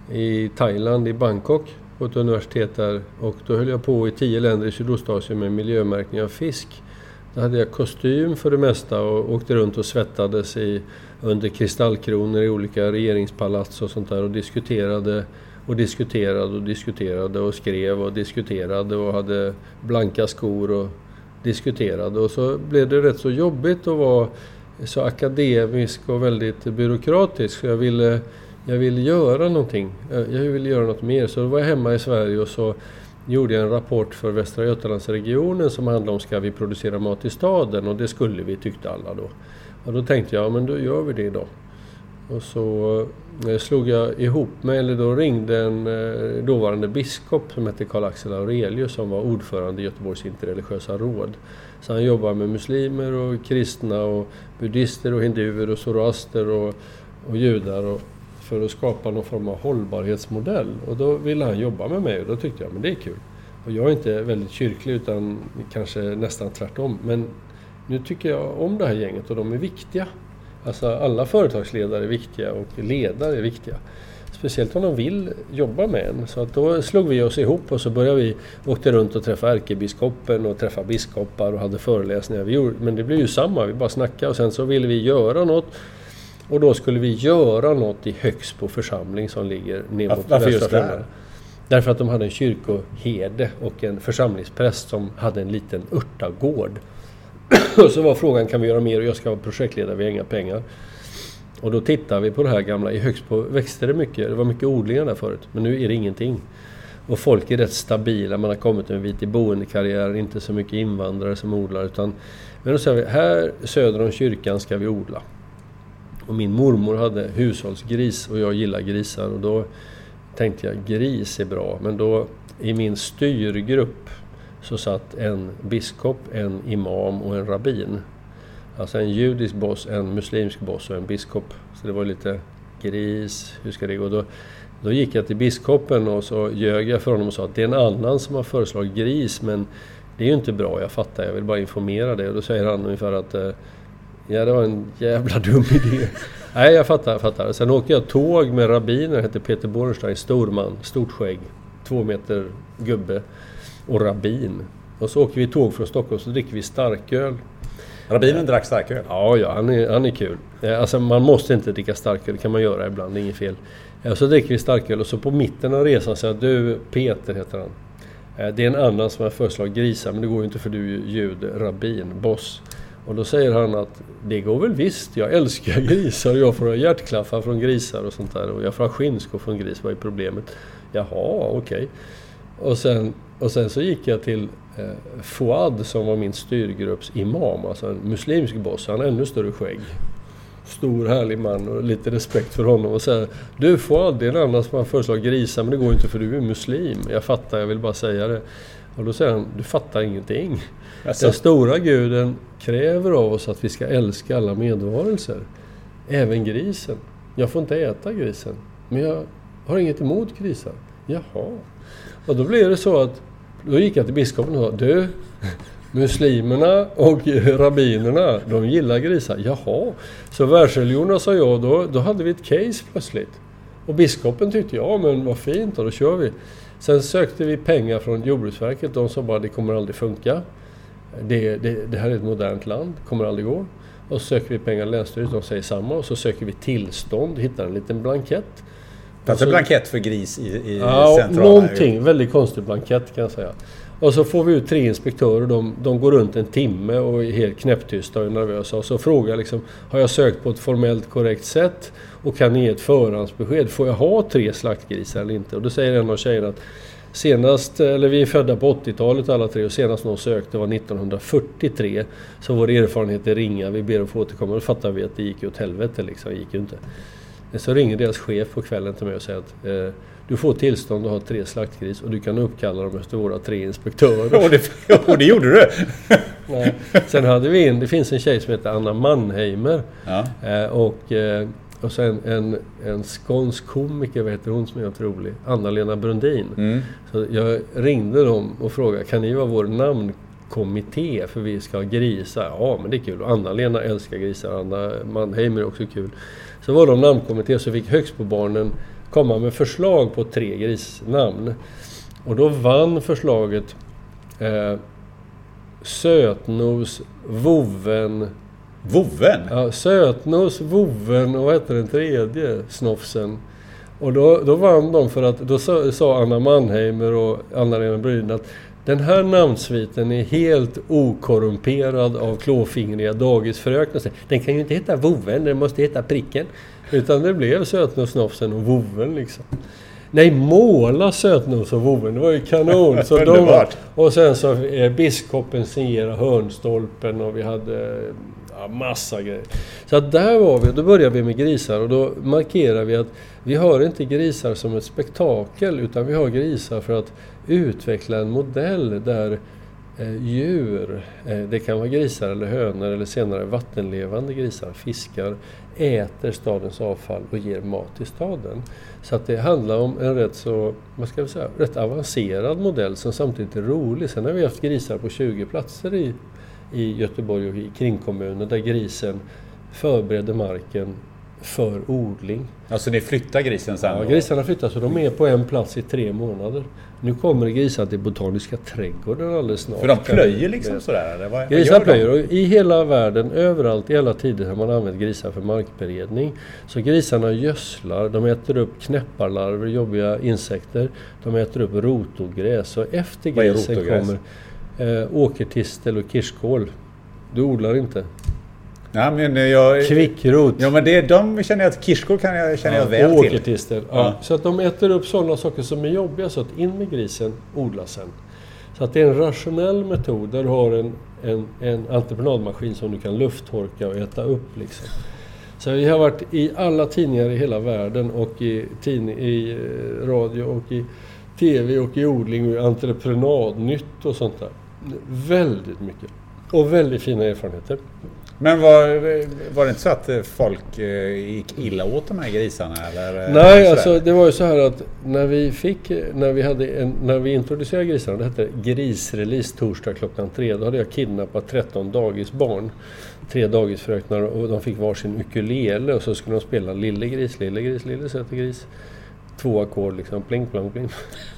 i Thailand, i Bangkok på ett universitet där. Och då höll jag på i tio länder i Sydostasien med miljömärkning av fisk. Då hade jag kostym för det mesta och åkte runt och svettades i, under kristallkronor i olika regeringspalats och sånt där, och diskuterade och diskuterade och diskuterade och skrev och diskuterade och hade blanka skor och diskuterade. Och så blev det rätt så jobbigt att vara så akademisk och väldigt byråkratisk. Jag ville, jag ville göra någonting. Jag ville göra något mer. Så då var jag hemma i Sverige och så gjorde jag en rapport för Västra Götalandsregionen som handlade om ska vi producera mat i staden, och det skulle vi, tyckte alla då. Och då tänkte jag, men då gör vi det då. Och så eh, slog jag ihop med, eller då ringde en eh, dåvarande biskop som hette Karl Axel Aurelius, som var ordförande i Göteborgs interreligiösa råd. Så han jobbar med muslimer och kristna och buddhister och hinduer och zoroaster och, och judar och, för att skapa någon form av hållbarhetsmodell. Och då ville han jobba med mig, och då tyckte jag, men det är kul. Och jag är inte väldigt kyrklig utan kanske nästan tvärtom. Men nu tycker jag om det här gänget och de är viktiga. Alltså alla företagsledare är viktiga och ledare är viktiga. Speciellt om de vill jobba med en. Så att då slog vi oss ihop och så började vi åkte runt och träffa ärkebiskopen och träffa biskopar och hade föreläsningar. Vi gjorde, men det blev ju samma, vi bara snackade, och sen så ville vi göra något. Och då skulle vi göra något i Högsbo församling som ligger ner mot Varför just det här? Därför att de hade en kyrkoherde och en församlingspräst som hade en liten örtagård. Och så var frågan, kan vi göra mer? Och jag ska vara projektledare, vi har inga pengar. Och då tittade vi på det här gamla. I Högsbo växte det mycket. Det var mycket odlingar där förut. Men nu är det ingenting. Och folk är rätt stabila, man har kommit en bit i boendekarriär, inte så mycket invandrare som odlar. Utan, men då säger vi, här söder om kyrkan ska vi odla. Och min mormor hade hushållsgris och jag gillar grisar. Och då tänkte jag, gris är bra. Men då i min styrgrupp så satt en biskop, en imam och en rabbin. Alltså en judisk boss, en muslimsk boss och en biskop. Så det var lite gris, hur ska det gå? Då, då gick jag till biskopen och så ljög jag för honom och sa att det är en annan som har föreslagit gris, men det är ju inte bra, jag fattar, jag vill bara informera dig. Och då säger han ungefär att ja, det var en jävla dum idé. Nej, jag fattar, jag fattar. Sen åker jag tåg med rabbiner, heter Peter Bornstein, storman, stort skägg, två meter gubbe och rabbin. Och så åker vi tåg från Stockholm så dricker vi starköl. Rabbinen drack starköl? Ja, ja han, är, han är kul. Alltså man måste inte dricka starköl, det kan man göra ibland, det är inget fel. Och så dricker vi starköl och så på mitten av resan säger du, Peter heter han. Det är en annan som har föreslagit grisar, men det går ju inte för du är ljud, rabbin, boss. Och då säger han att det går väl visst, jag älskar grisar, jag får ha hjärtklaffar från grisar och sånt där. Och jag får ha skinnskor från gris, vad är problemet? Jaha, okej. Okay. Och, sen, och sen så gick jag till eh, Fouad som var min styrgrupps imam, alltså en muslimsk boss, han har ännu större skägg. Stor härlig man och lite respekt för honom och säger, du Fouad, det är en annan som har föreslagit grisar, men det går inte för du är muslim. Jag fattar, jag vill bara säga det. Och då säger han, du fattar ingenting. Alltså. Den stora guden kräver av oss att vi ska älska alla medvarelser. Även grisen. Jag får inte äta grisen. Men jag har inget emot grisar. Jaha. Och då blev det så att, då gick jag till biskopen och sa, du, muslimerna och rabbinerna, de gillar grisar. Jaha. Så världsreligionerna sa jag, då, då hade vi ett case plötsligt. Och biskopen tyckte, ja men vad fint, och då kör vi. Sen sökte vi pengar från Jordbruksverket. De sa bara, det kommer aldrig funka. Det, det, det här är ett modernt land, det kommer aldrig gå. Och så söker vi pengar länsstyrelsen, de säger samma. Och så söker vi tillstånd, hittar en liten blankett. Fast en blankett för gris i, i ja, centrala? Någonting, väldigt konstig blankett kan jag säga. Och så får vi ut tre inspektörer, de, de går runt en timme och är helt knäpptysta och nervösa. Och så frågar jag liksom, har jag sökt på ett formellt korrekt sätt? Och kan ni ge ett förhandsbesked? Får jag ha tre slaktgrisar eller inte? Och då säger en av tjejerna att senast, eller vi är födda på åttiotalet alla tre, och senast någon sökte var nittonhundrafyrtiotre. Så vår erfarenhet är ringa, vi ber att få återkomma. Då fattar vi att det gick åt helvete liksom, det gick ju inte. Så ringer deras chef på kvällen till mig och säger att eh, du får tillstånd att ha tre slaktgris och du kan uppkalla dem efter våra tre inspektörer. och, det, och det gjorde du? Nej. Sen hade vi en, det finns en tjej som heter Anna Mannheimer. Ja. Eh, och, eh, och sen en, en skånsk komiker, vad heter hon som är otrolig? Anna-Lena Brundin. Mm. Så jag ringde dem och frågade, kan ni vara vår namnkommitté för vi ska ha grisar? Ja, men det är kul. Anna-Lena älskar grisar, Anna Mannheimer är också kul. Så var de namnkommitté, så fick högst på barnen komma med förslag på tre grisnamn. Och då vann förslaget eh, Sötnos, Voven. Voven? Ja, Sötnos, Voven och vad heter den tredje? Snofsen. Och då, då vann de för att, då sa, sa Anna Mannheimer och Anna-Lena Brydin att den här namnsviten är helt okorrumperad av klåfingriga dagisfröknar. Den kan ju inte heta Voven, den måste heta Pricken. Utan det blev Sötnos, Snofsen och Voven liksom. Nej, måla Sötnos och Voven, det var ju kanon. Så de var, och sen så eh, biskopen signerade hörnstolpen och vi hade ja, massa grejer. Så att där var vi, då började vi med grisar och då markerar vi att vi har inte grisar som ett spektakel utan vi har grisar för att utveckla en modell där eh, djur, eh, det kan vara grisar eller hönor eller senare vattenlevande grisar, fiskar, äter stadens avfall och ger mat till staden. Så att det handlar om en rätt så, vad ska vi säga, rätt avancerad modell som samtidigt är rolig. Sen har vi haft grisar på tjugo platser i, i Göteborg och i kringkommuner där grisen förbereder marken för odling. Alltså ni flyttar grisen sen? Ja, då? Grisarna flyttar så de är på en plats i tre månader. Nu kommer grisar till Botaniska trädgården alldeles snart. För de plöjer liksom sådär? Eller vad, grisar vad plöjer och i hela världen, överallt, i alla tider har man använt grisar för markberedning. Så grisarna gödslar, de äter upp knäpparlarver, jobbiga insekter. De äter upp rotogräs och efter grisen kommer eh, åkertistel och kirskål. Du odlar inte? Ja, men jag, kvickrot. Ja, men det, de känner jag att kirskor kan jag, känner ja, jag väl till. Åkertistel. Ja. Ja. Så att de äter upp sådana saker som är jobbiga, så att in med grisen, odla sen. Så att det är en rationell metod där du har en, en, en entreprenadmaskin som du kan lufttorka och äta upp liksom. Så vi har varit i alla tidningar i hela världen och i, tidning, i radio och i tv och i odling och i entreprenadnytt och sånt där. Väldigt mycket. Och väldigt fina erfarenheter. Men var, var det inte så att folk gick illa åt de här grisarna? Eller? Nej, alltså det var ju så här att när vi fick, när vi, hade en, när vi introducerade grisarna, det hette grisrelease torsdag klockan tre, då hade jag kidnappat tretton dagisbarn. Tre dagisfröknar och de fick varsin ukulele och så skulle de spela lille gris, lille gris, lille söta gris. Två ackord liksom, pling, plang, pling.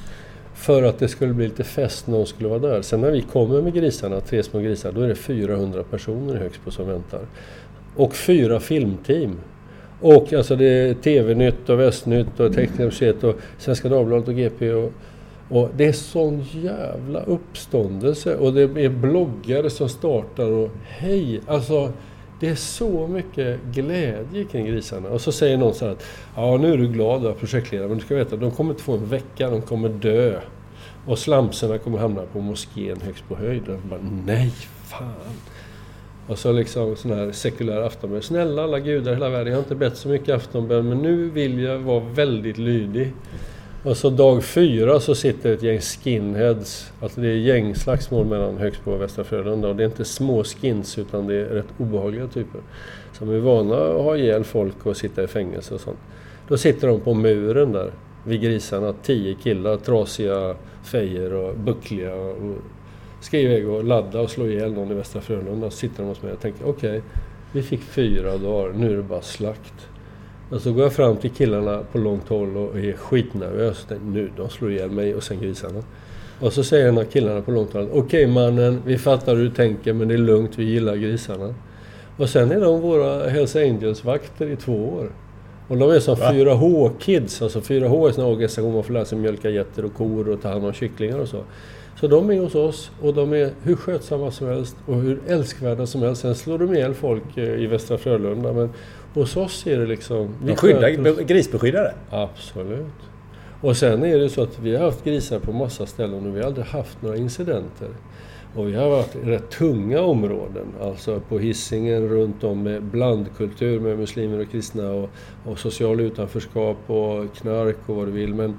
För att det skulle bli lite fest när de skulle vara där. Sen när vi kommer med grisarna, tre små grisar, då är det fyrahundra personer högst på som väntar. Och fyra filmteam. Och alltså det är T V-nytt och Västnytt och Teknikmuseet och Svenska Dagbladet och G P. Och, och det är sån jävla uppståndelse. Och det är bloggare som startar och hej, alltså det är så mycket glädje kring grisarna. Och så säger någon så här att ja, nu är du glad att projektledare, men du ska veta att de kommer inte få en vecka, de kommer dö. Och slamserna kommer hamna på moskén högst på höjden. Och bara, nej, fan. Och så liksom sån här sekulär aftonbön. Snälla alla gudar i hela världen, jag har inte bett så mycket aftonbön, men nu vill jag vara väldigt lydig. Och så dag fyra så sitter ett gäng skinheads, alltså det är gängslagsmål mellan Högsbo och Västra Frölunda, och det är inte små skins utan det är rätt obehagliga typer som är vana att ha ihjäl folk och sitta i fängelse och sånt. Då sitter de på muren där vid grisarna, tio killar, trasiga fejer och buckliga, och ska iväg och ladda och slå ihjäl någon i Västra Frölunda. Och sitter de hos mig och tänker okej, okay, vi fick fyra dagar, nu är det bara slakt. Och så går jag fram till killarna på långt håll och är skitnervös. Nu, de slår ihjäl mig och sen grisarna. Och så säger en av killarna på långt håll, okej okay, mannen, vi fattar hur du tänker, men det är lugnt, vi gillar grisarna. Och sen är de våra Hells Angels-vakter i två år. Och de är som Va? fyra H-kids, alltså fyra H är en organisation man får lära sig mjölka getter och kor och ta hand om kycklingar och så. Så de är hos oss och de är hur skötsamma som helst och hur älskvärda som helst. Sen slår de ihjäl folk i Västra Frölunda, men hos oss är det liksom... De skyddar, grisbeskyddare? Absolut. Och sen är det så att vi har haft grisar på massa ställen och vi har aldrig haft några incidenter. Och vi har varit i rätt tunga områden, alltså på Hisingen runt om med blandkultur med muslimer och kristna och, och social utanförskap och knark och vad du vill. Men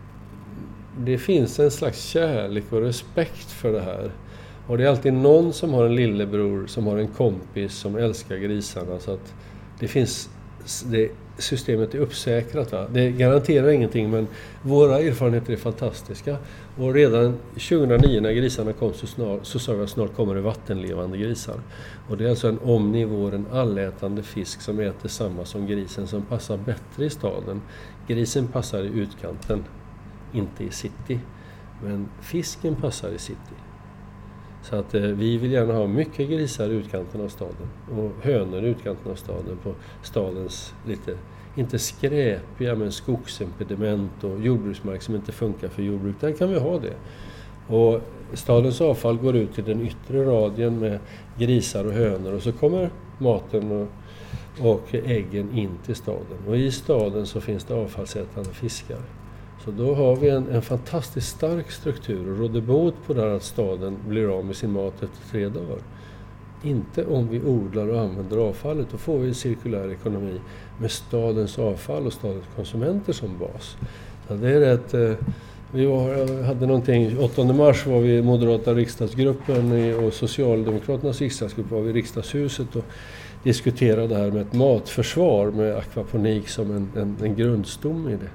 det finns en slags kärlek och respekt för det här. Och det är alltid någon som har en lillebror, som har en kompis som älskar grisarna. Så att det finns, det, systemet är uppsäkrat. Va? Det garanterar ingenting, men våra erfarenheter är fantastiska. Och redan tjugohundranio när grisarna kom så, snar, så sa jag snart kommer det vattenlevande grisar. Och det är alltså en omnivår, en allätande fisk som äter samma som grisen, som passar bättre i staden. Grisen passar i utkanten, inte i city. Men fisken passar i city. Så att eh, vi vill gärna ha mycket grisar i utkanten av staden. Och hönor i utkanten av staden på stadens lite, inte skräpiga, men skogsimpediment och jordbruksmark som inte funkar för jordbruk. Där kan vi ha det. Och stadens avfall går ut till den yttre radien med grisar och hönor. Och så kommer maten och, och äggen in till staden. Och i staden så finns det avfallsätande fiskar. Så då har vi en, en fantastiskt stark struktur och råder bot på det att staden blir av med sin mat efter tre dagar. Inte om vi odlar och använder avfallet, då får vi en cirkulär ekonomi med stadens avfall och stadens konsumenter som bas. Så det är rätt, eh, vi var, hade någonting, åttonde mars var vi i moderata riksdagsgruppen och Socialdemokraternas riksdagsgrupp var vi i riksdagshuset och diskuterade det här med ett matförsvar med akvaponik som en, en, en grundstomme i det.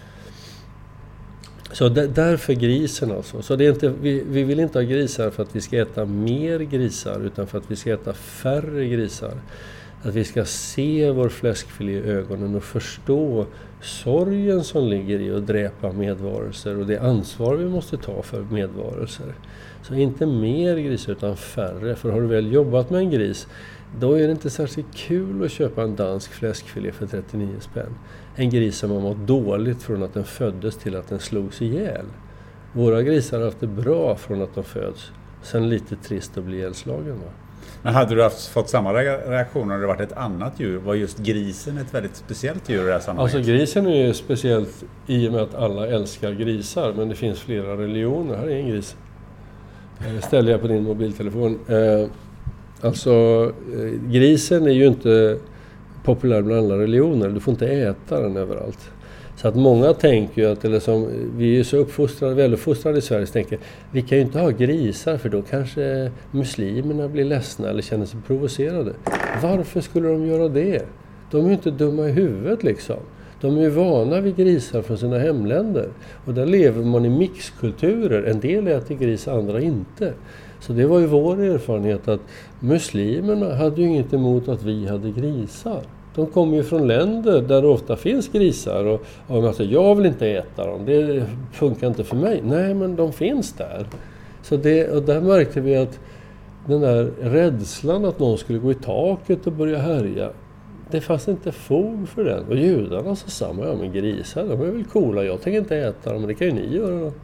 Så d- därför grisen alltså. Så det är inte, vi, vi vill inte ha grisar för att vi ska äta mer grisar utan för att vi ska äta färre grisar. Att vi ska se vår fläskfilé i ögonen och förstå sorgen som ligger i att dräpa medvarelser och det ansvar vi måste ta för medvarelser. Så inte mer grisar utan färre. För har du väl jobbat med en gris, då är det inte särskilt kul att köpa en dansk fläskfilé för trettionio spänn. En gris som har mått dåligt från att den föddes till att den slogs ihjäl. Våra grisar har haft det bra från att de föds. Sen lite trist att bli ihjälslagen. Va? Men hade du haft, fått samma reaktion om det varit ett annat djur? Var just grisen ett väldigt speciellt djur i det här sammanhanget? Alltså grisen är ju speciellt i och med att alla älskar grisar, men det finns flera religioner. Här är en gris. Det ställer jag på din mobiltelefon. Eh, alltså eh, grisen är ju inte populär bland alla religioner. Du får inte äta den överallt. Så att många tänker ju att, eller som, vi är så uppfostrade, väluppfostrade i Sverige, så tänker vi kan ju inte ha grisar för då kanske muslimerna blir ledsna eller känner sig provocerade. Varför skulle de göra det? De är ju inte dumma i huvudet liksom. De är ju vana vid grisar från sina hemländer. Och där lever man i mixkulturer. En del äter gris, andra inte. Så det var ju vår erfarenhet att muslimerna hade ju inget emot att vi hade grisar. De kommer ju från länder där det ofta finns grisar och, och alltså, jag vill inte äta dem, det funkar inte för mig. Nej, men de finns där. Så det, och där märkte vi att den där rädslan att någon skulle gå i taket och börja härja, det fanns inte fog för den. Och judarna så samma, ja men grisar, de är väl coola, jag tänker inte äta dem, men det kan ju ni göra då.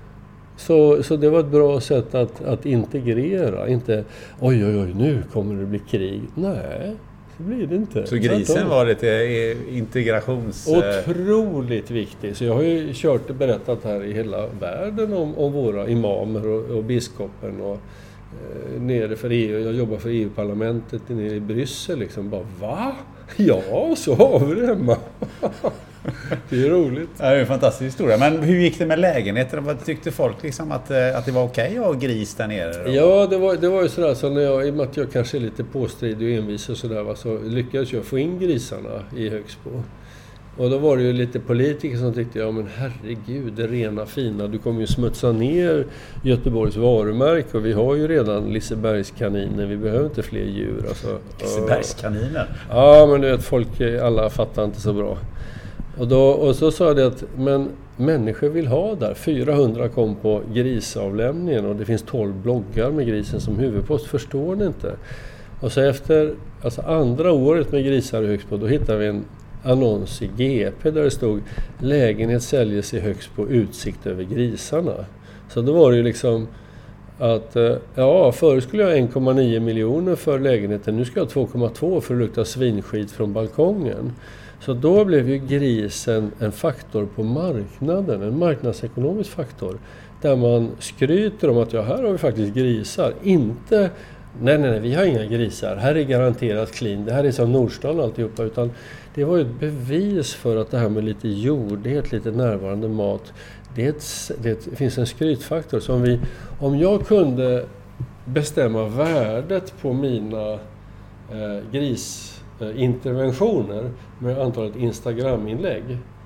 Så, så det var ett bra sätt att, att integrera, inte oj oj oj nu kommer det bli krig. Nej. Det blir det inte. Så grisen var lite integrations... Otroligt viktig. Så jag har ju kört och berättat här i hela världen om, om våra imamer och, och biskopen och eh, nere för E U. Jag jobbar för E U-parlamentet nere i Bryssel liksom. Bara, va? Ja, så har vi det hemma. Det är roligt. Ja, det är en fantastisk historia. Men hur gick det med lägenheten? Vad tyckte folk liksom att, att det var okej att ha gris där nere? Då? Ja, det var, det var ju sådär. Så när jag, i och med att jag kanske är lite påstridig och envis och sådär, va, så lyckades jag få in grisarna i Högsbo. Och då var det ju lite politiker som tyckte, ja men herregud, det rena fina, du kommer ju smutsa ner Göteborgs varumärke och vi har ju redan Lisebergskaniner, vi behöver inte fler djur. Alltså. Lisebergskaniner? Ja, men du vet, folk, alla fattar inte så bra. Och, då, och så sa det att men människor vill ha där. fyrahundra kom på grisavlämningen och det finns tolv bloggar med grisen som huvudpost. Förstår ni inte? Och så efter alltså andra året med grisar i Högsbo, då hittade vi en annons i G P där det stod lägenhet säljes i Högsbo, utsikt över grisarna. Så då var det ju liksom att ja, förr skulle jag ha en komma nio miljoner för lägenheten, nu ska jag ha två komma två för att lukta svinskit från balkongen. Så då blev ju grisen en faktor på marknaden, en marknadsekonomisk faktor. Där man skryter om att ja, här har vi faktiskt grisar. Inte, nej nej nej, vi har inga grisar. Här är garanterat clean. Det här är som Nordstan och alltihopa. Utan det var ju ett bevis för att det här med lite jordhet, lite närvarande mat. Det, är ett, det, är ett, det finns en skrytfaktor som vi, om jag kunde bestämma värdet på mina eh, gris interventioner med antalet Instagram-inlägg,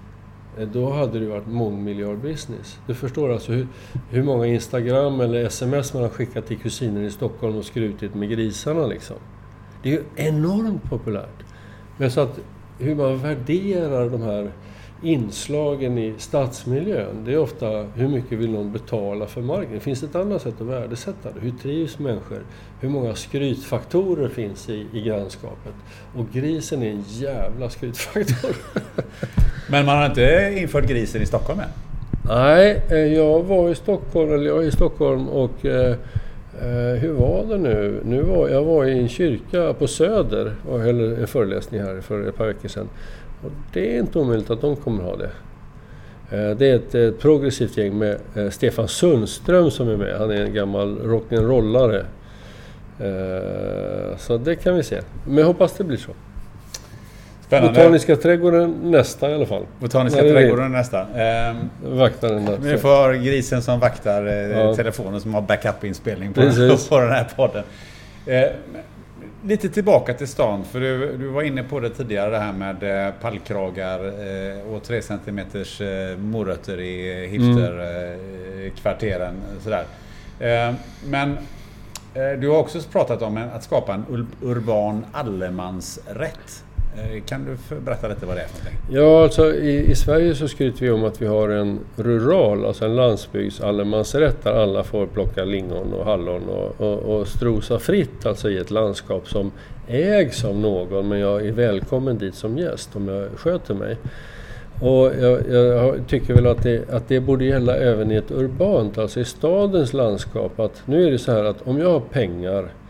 då hade det varit mångmiljardbusiness. Du förstår alltså hur, hur många Instagram eller sms man har skickat till kusiner i Stockholm och skrutit med grisarna liksom. Det är ju enormt populärt. Men så att hur man värderar de här inslagen i stadsmiljön, det är ofta hur mycket vill någon betala för marken. Finns det ett annat sätt att värdesätta det? Hur trivs människor? Hur många skrytfaktorer finns i, i grannskapet? Och grisen är en jävla skrytfaktor. Men man har inte infört grisen i Stockholm än? Nej, jag var i Stockholm, eller jag är i Stockholm och eh, hur var det nu? nu var, jag var i en kyrka på Söder och höll en föreläsning här för ett par veckor sedan. Och det är inte omöjligt att de kommer ha det. Det är ett, ett progressivt gäng med Stefan Sundström som är med. Han är en gammal rock'n'rollare. Så det kan vi se. Men jag hoppas det blir så. Spännande. Botaniska trädgården nästa i alla fall. Botaniska trädgården nästa. Ehm, vaktar den där. Vi får grisen som vaktar eh, ja. telefonen som har backup-inspelning på, på den här podden. Ehm, Lite tillbaka till stan, för du, du var inne på det tidigare, det här med eh, pallkragar eh, och tre centimeters eh, morötter i hipsterkvarteren. Eh, sådär. Eh, men eh, du har också pratat om en, att skapa en ur, urban allemansrätt. Eh, kan du berätta lite vad det är för någonting? Ja, alltså i, i Sverige så skryter vi om att vi har en rural, alltså en landsbygds allemansrätt där alla får plocka lingon och hallon och, och, och strosa fritt, alltså i ett landskap som ägs av någon, men jag är välkommen dit som gäst om jag sköter mig. Och jag, jag tycker väl att det, att det borde gälla även i ett urbant, alltså i stadens landskap, att nu är det så här att om jag har pengar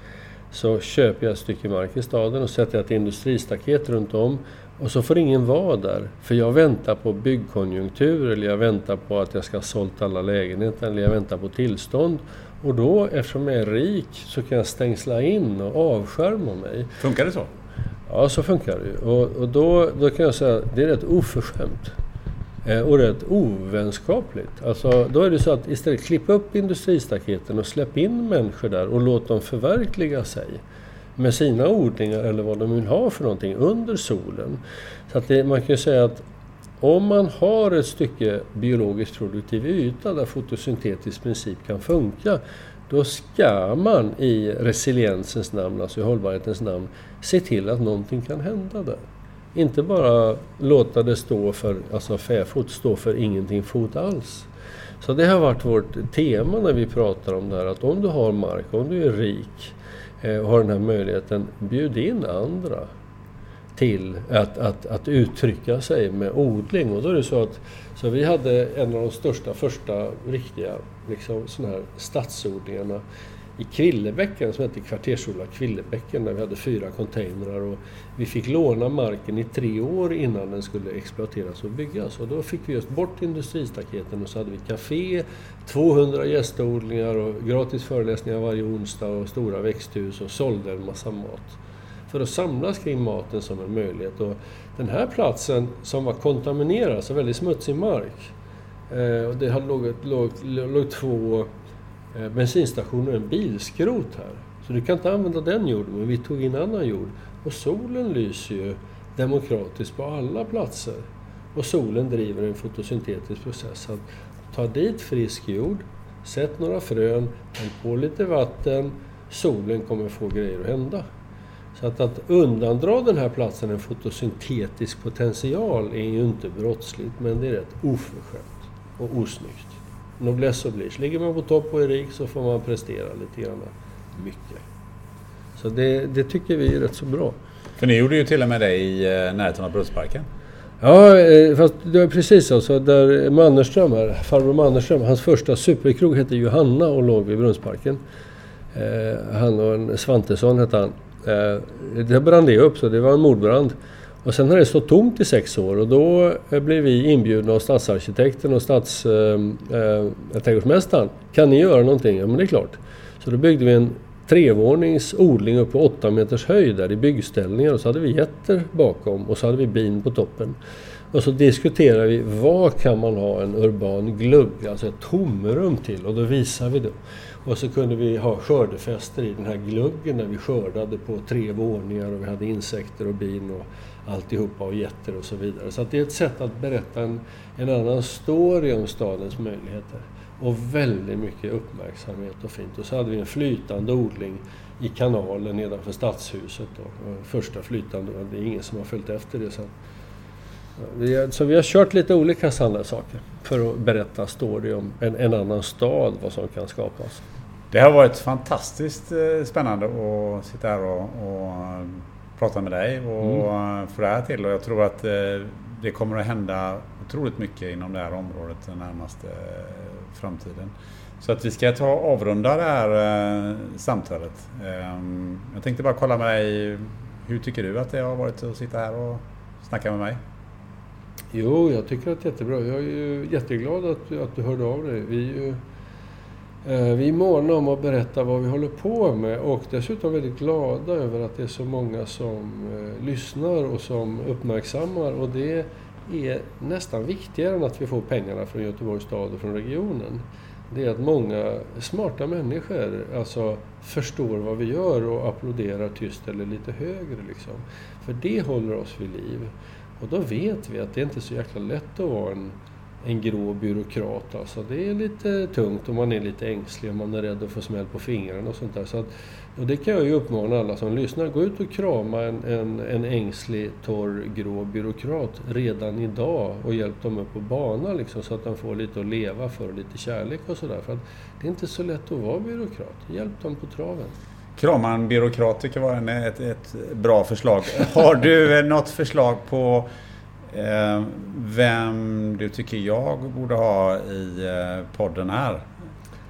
så köper jag ett stycke mark i staden och sätter ett industristaket runt om. Och så får ingen vara där. För jag väntar på byggkonjunktur eller jag väntar på att jag ska ha sålt alla lägenheter eller jag väntar på tillstånd. Och då, eftersom jag är rik, så kan jag stängsla in och avskärma mig. Funkar det så? Ja, så funkar det ju. Och, och då, då kan jag säga att det är rätt oförskämt. Eh, och rätt ovänskapligt. Alltså, då är det så att istället klippa upp industristaketen och släpp in människor där och låt dem förverkliga sig med sina odlingar eller vad de vill ha för någonting under solen. Så att det, man kan ju säga att om man har ett stycke biologiskt produktiv yta där fotosyntetisk princip kan funka, då ska man i resiliensens namn, alltså i hållbarhetens namn, se till att någonting kan hända där. Inte bara låta det stå för, alltså fäfot stå för ingenting fot alls. Så det har varit vårt tema när vi pratar om det här, att om du har mark, om du är rik och har den här möjligheten, bjud in andra till att, att, att uttrycka sig med odling. Och då är det så att så vi hade en av de största, första riktiga liksom, såna här stadsodlingarna i Kvillebäcken som hette Kvartersodla Kvillebäcken, där vi hade fyra containrar och vi fick låna marken i tre år innan den skulle exploateras och byggas. Och då fick vi just bort industristaketen och så hade vi café, tvåhundra gästodlingar och gratis föreläsningar varje onsdag och stora växthus och sålde en massa mat. För att samlas kring maten som en möjlighet. Och den här platsen som var kontaminerad, så väldigt smutsig mark, eh, och det hade låg, låg, låg två eh, bensinstationer och en bilskrot här. Så du kan inte använda den jorden, men vi tog in annan jord. Och solen lyser ju demokratiskt på alla platser. Och solen driver en fotosyntetisk process. Att ta dit frisk jord, sätt några frön, häll på lite vatten, solen kommer få grejer att hända. Så att, att undandra den här platsen en fotosyntetisk potential är ju inte brottsligt, men det är rätt oförskämt och osnyggt. Noblesse oblige. Ligger man på topp och är rik så får man prestera lite grann mycket. Så det, det tycker vi är rätt så bra. För ni gjorde ju till och med det i närheten av Brunnsparken. Ja, fast det är precis så. Så där Mannerström här, farbror Mannerström, hans första superkrog hette Johanna och låg vid Brunnsparken. Eh, han och en Svantesson hette han. Det brann det upp, så det var en mordbrand. Och sen har det stått tomt i sex år och då blev vi inbjudna av stadsarkitekten och stads, äh, äh, trädgårdsmästaren. Kan ni göra någonting? Ja, men det är klart. Så då byggde vi en trevånings odling upp på åtta meters höjd där i byggställningar och så hade vi getter bakom och så hade vi bin på toppen. Och så diskuterade vi vad kan man ha en urban glugg, alltså ett tomrum till, och då visar vi det. Och så kunde vi ha skördefester i den här gluggen där vi skördade på tre våningar och vi hade insekter och bin och alltihopa och getter och så vidare. Så att det är ett sätt att berätta en, en annan story om stadens möjligheter. Och väldigt mycket uppmärksamhet och fint. Och så hade vi en flytande odling i kanalen nedanför stadshuset. Då. Första flytande, det är ingen som har följt efter det sen. Så vi har kört lite olika sådana saker för att berätta story om en, en annan stad, vad som kan skapas. Det har varit fantastiskt spännande att sitta här och, och prata med dig och mm. få det här till. Och jag tror att det kommer att hända otroligt mycket inom det här området den närmaste framtiden. Så att vi ska ta och avrunda det här samtalet. Jag tänkte bara kolla med dig, hur tycker du att det har varit att sitta här och snacka med mig? Jo, jag tycker att det är jättebra. Jag är ju jätteglad att, att du hörde av dig. Vi är ju eh, vi är måna om att berätta vad vi håller på med och dessutom väldigt glada över att det är så många som eh, lyssnar och som uppmärksammar, och det är nästan viktigare än att vi får pengarna från Göteborgs stad och från regionen. Det är att många smarta människor alltså förstår vad vi gör och applåderar tyst eller lite högre liksom. För det håller oss vid liv. Och då vet vi att det inte är så jäkla lätt att vara en, en grå byråkrat. Alltså det är lite tungt och man är lite ängslig och man är rädd att få smäll på fingrarna och sånt där. Så att, och det kan jag ju uppmana alla som lyssnar. Gå ut och krama en, en, en ängslig, torr, grå byråkrat redan idag och hjälp dem upp på banan liksom, så att de får lite att leva för, lite kärlek och sådär. För att det är inte så lätt att vara byråkrat. Hjälp dem på traven. Krama en byråkrat tycker jag var en, ett, ett bra förslag. Har du något förslag på eh, vem du tycker jag borde ha i eh, podden här?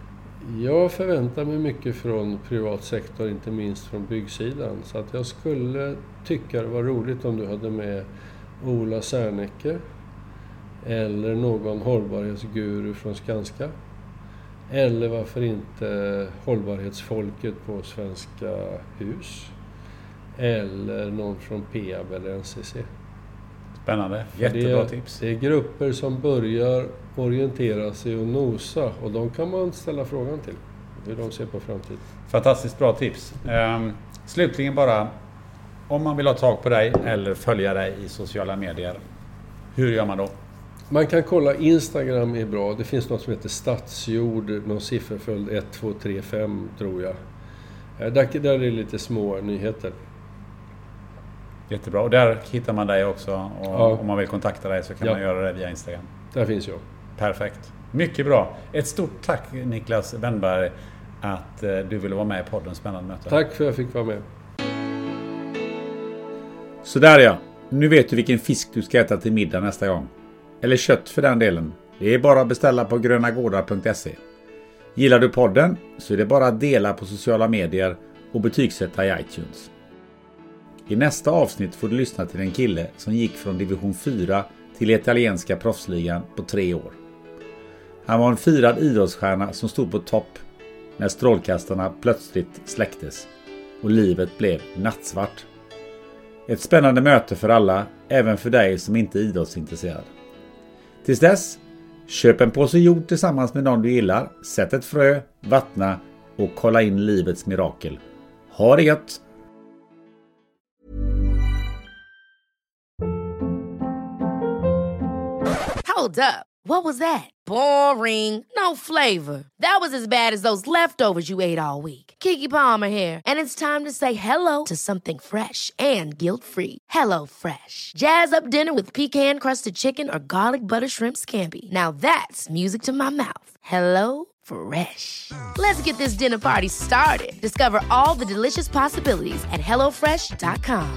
Jag förväntar mig mycket från privat sektor, inte minst från byggsidan. Så att jag skulle tycka det var roligt om du hade med Ola Serneke eller någon hållbarhetsguru från Skanska. Eller varför inte hållbarhetsfolket på Svenska Hus. Eller någon från P E A B eller N C C. Spännande, jättebra det är, tips. Det är grupper som börjar orientera sig och nosa, och de kan man ställa frågan till hur de ser på framtiden. Fantastiskt bra tips. Um, slutligen bara, om man vill ha tag på dig eller följa dig i sociala medier, hur gör man då? Man kan kolla, Instagram är bra. Det finns något som heter Stadsjord, någon sifferföljd ett, två, tre, fem tror jag. Där, där är det lite små nyheter. Jättebra, och där hittar man dig också, och ja. Om man vill kontakta dig så kan ja. man göra det via Instagram. Där finns jag. Perfekt, mycket bra. Ett stort tack Niklas Wennberg att du ville vara med i podden Spännande möte. Tack för att jag fick vara med. Så där ja, nu vet du vilken fisk du ska äta till middag nästa gång. Eller kött för den delen. Det är bara att beställa på grönagårdar punkt se. Gillar du podden så är det bara att dela på sociala medier och betygsätta i iTunes. I nästa avsnitt får du lyssna till en kille som gick från division fyra till italienska proffsligan på tre år. Han var en firad idrottsstjärna som stod på topp när strålkastarna plötsligt släcktes och livet blev nattsvart. Ett spännande möte för alla, även för dig som inte är idrottsintresserad. Tills dess, köp en påse jord tillsammans med någon du gillar, sätt ett frö, vattna och kolla in livets mirakel. Ha det gött! Hold up. What was that? Boring. No flavor. That was as bad as those leftovers you ate all week. Keke Palmer here, and it's time to say hello to something fresh and guilt-free. Hello Fresh. Jazz up dinner with pecan-crusted chicken or garlic butter shrimp scampi. Now that's music to my mouth. Hello Fresh. Let's get this dinner party started. Discover all the delicious possibilities at hello fresh dot com.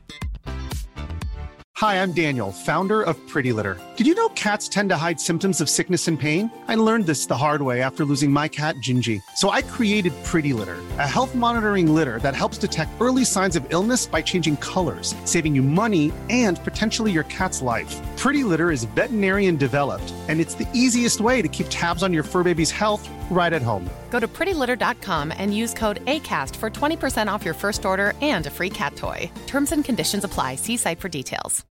Hi, I'm Daniel, founder of Pretty Litter. Did you know cats tend to hide symptoms of sickness and pain? I learned this the hard way after losing my cat, Gingy. So I created Pretty Litter, a health monitoring litter that helps detect early signs of illness by changing colors, saving you money and potentially your cat's life. Pretty Litter is veterinarian developed, and it's the easiest way to keep tabs on your fur baby's health right at home. Go to pretty litter dot com and use code ACAST for twenty percent off your first order and a free cat toy. Terms and conditions apply. See site for details.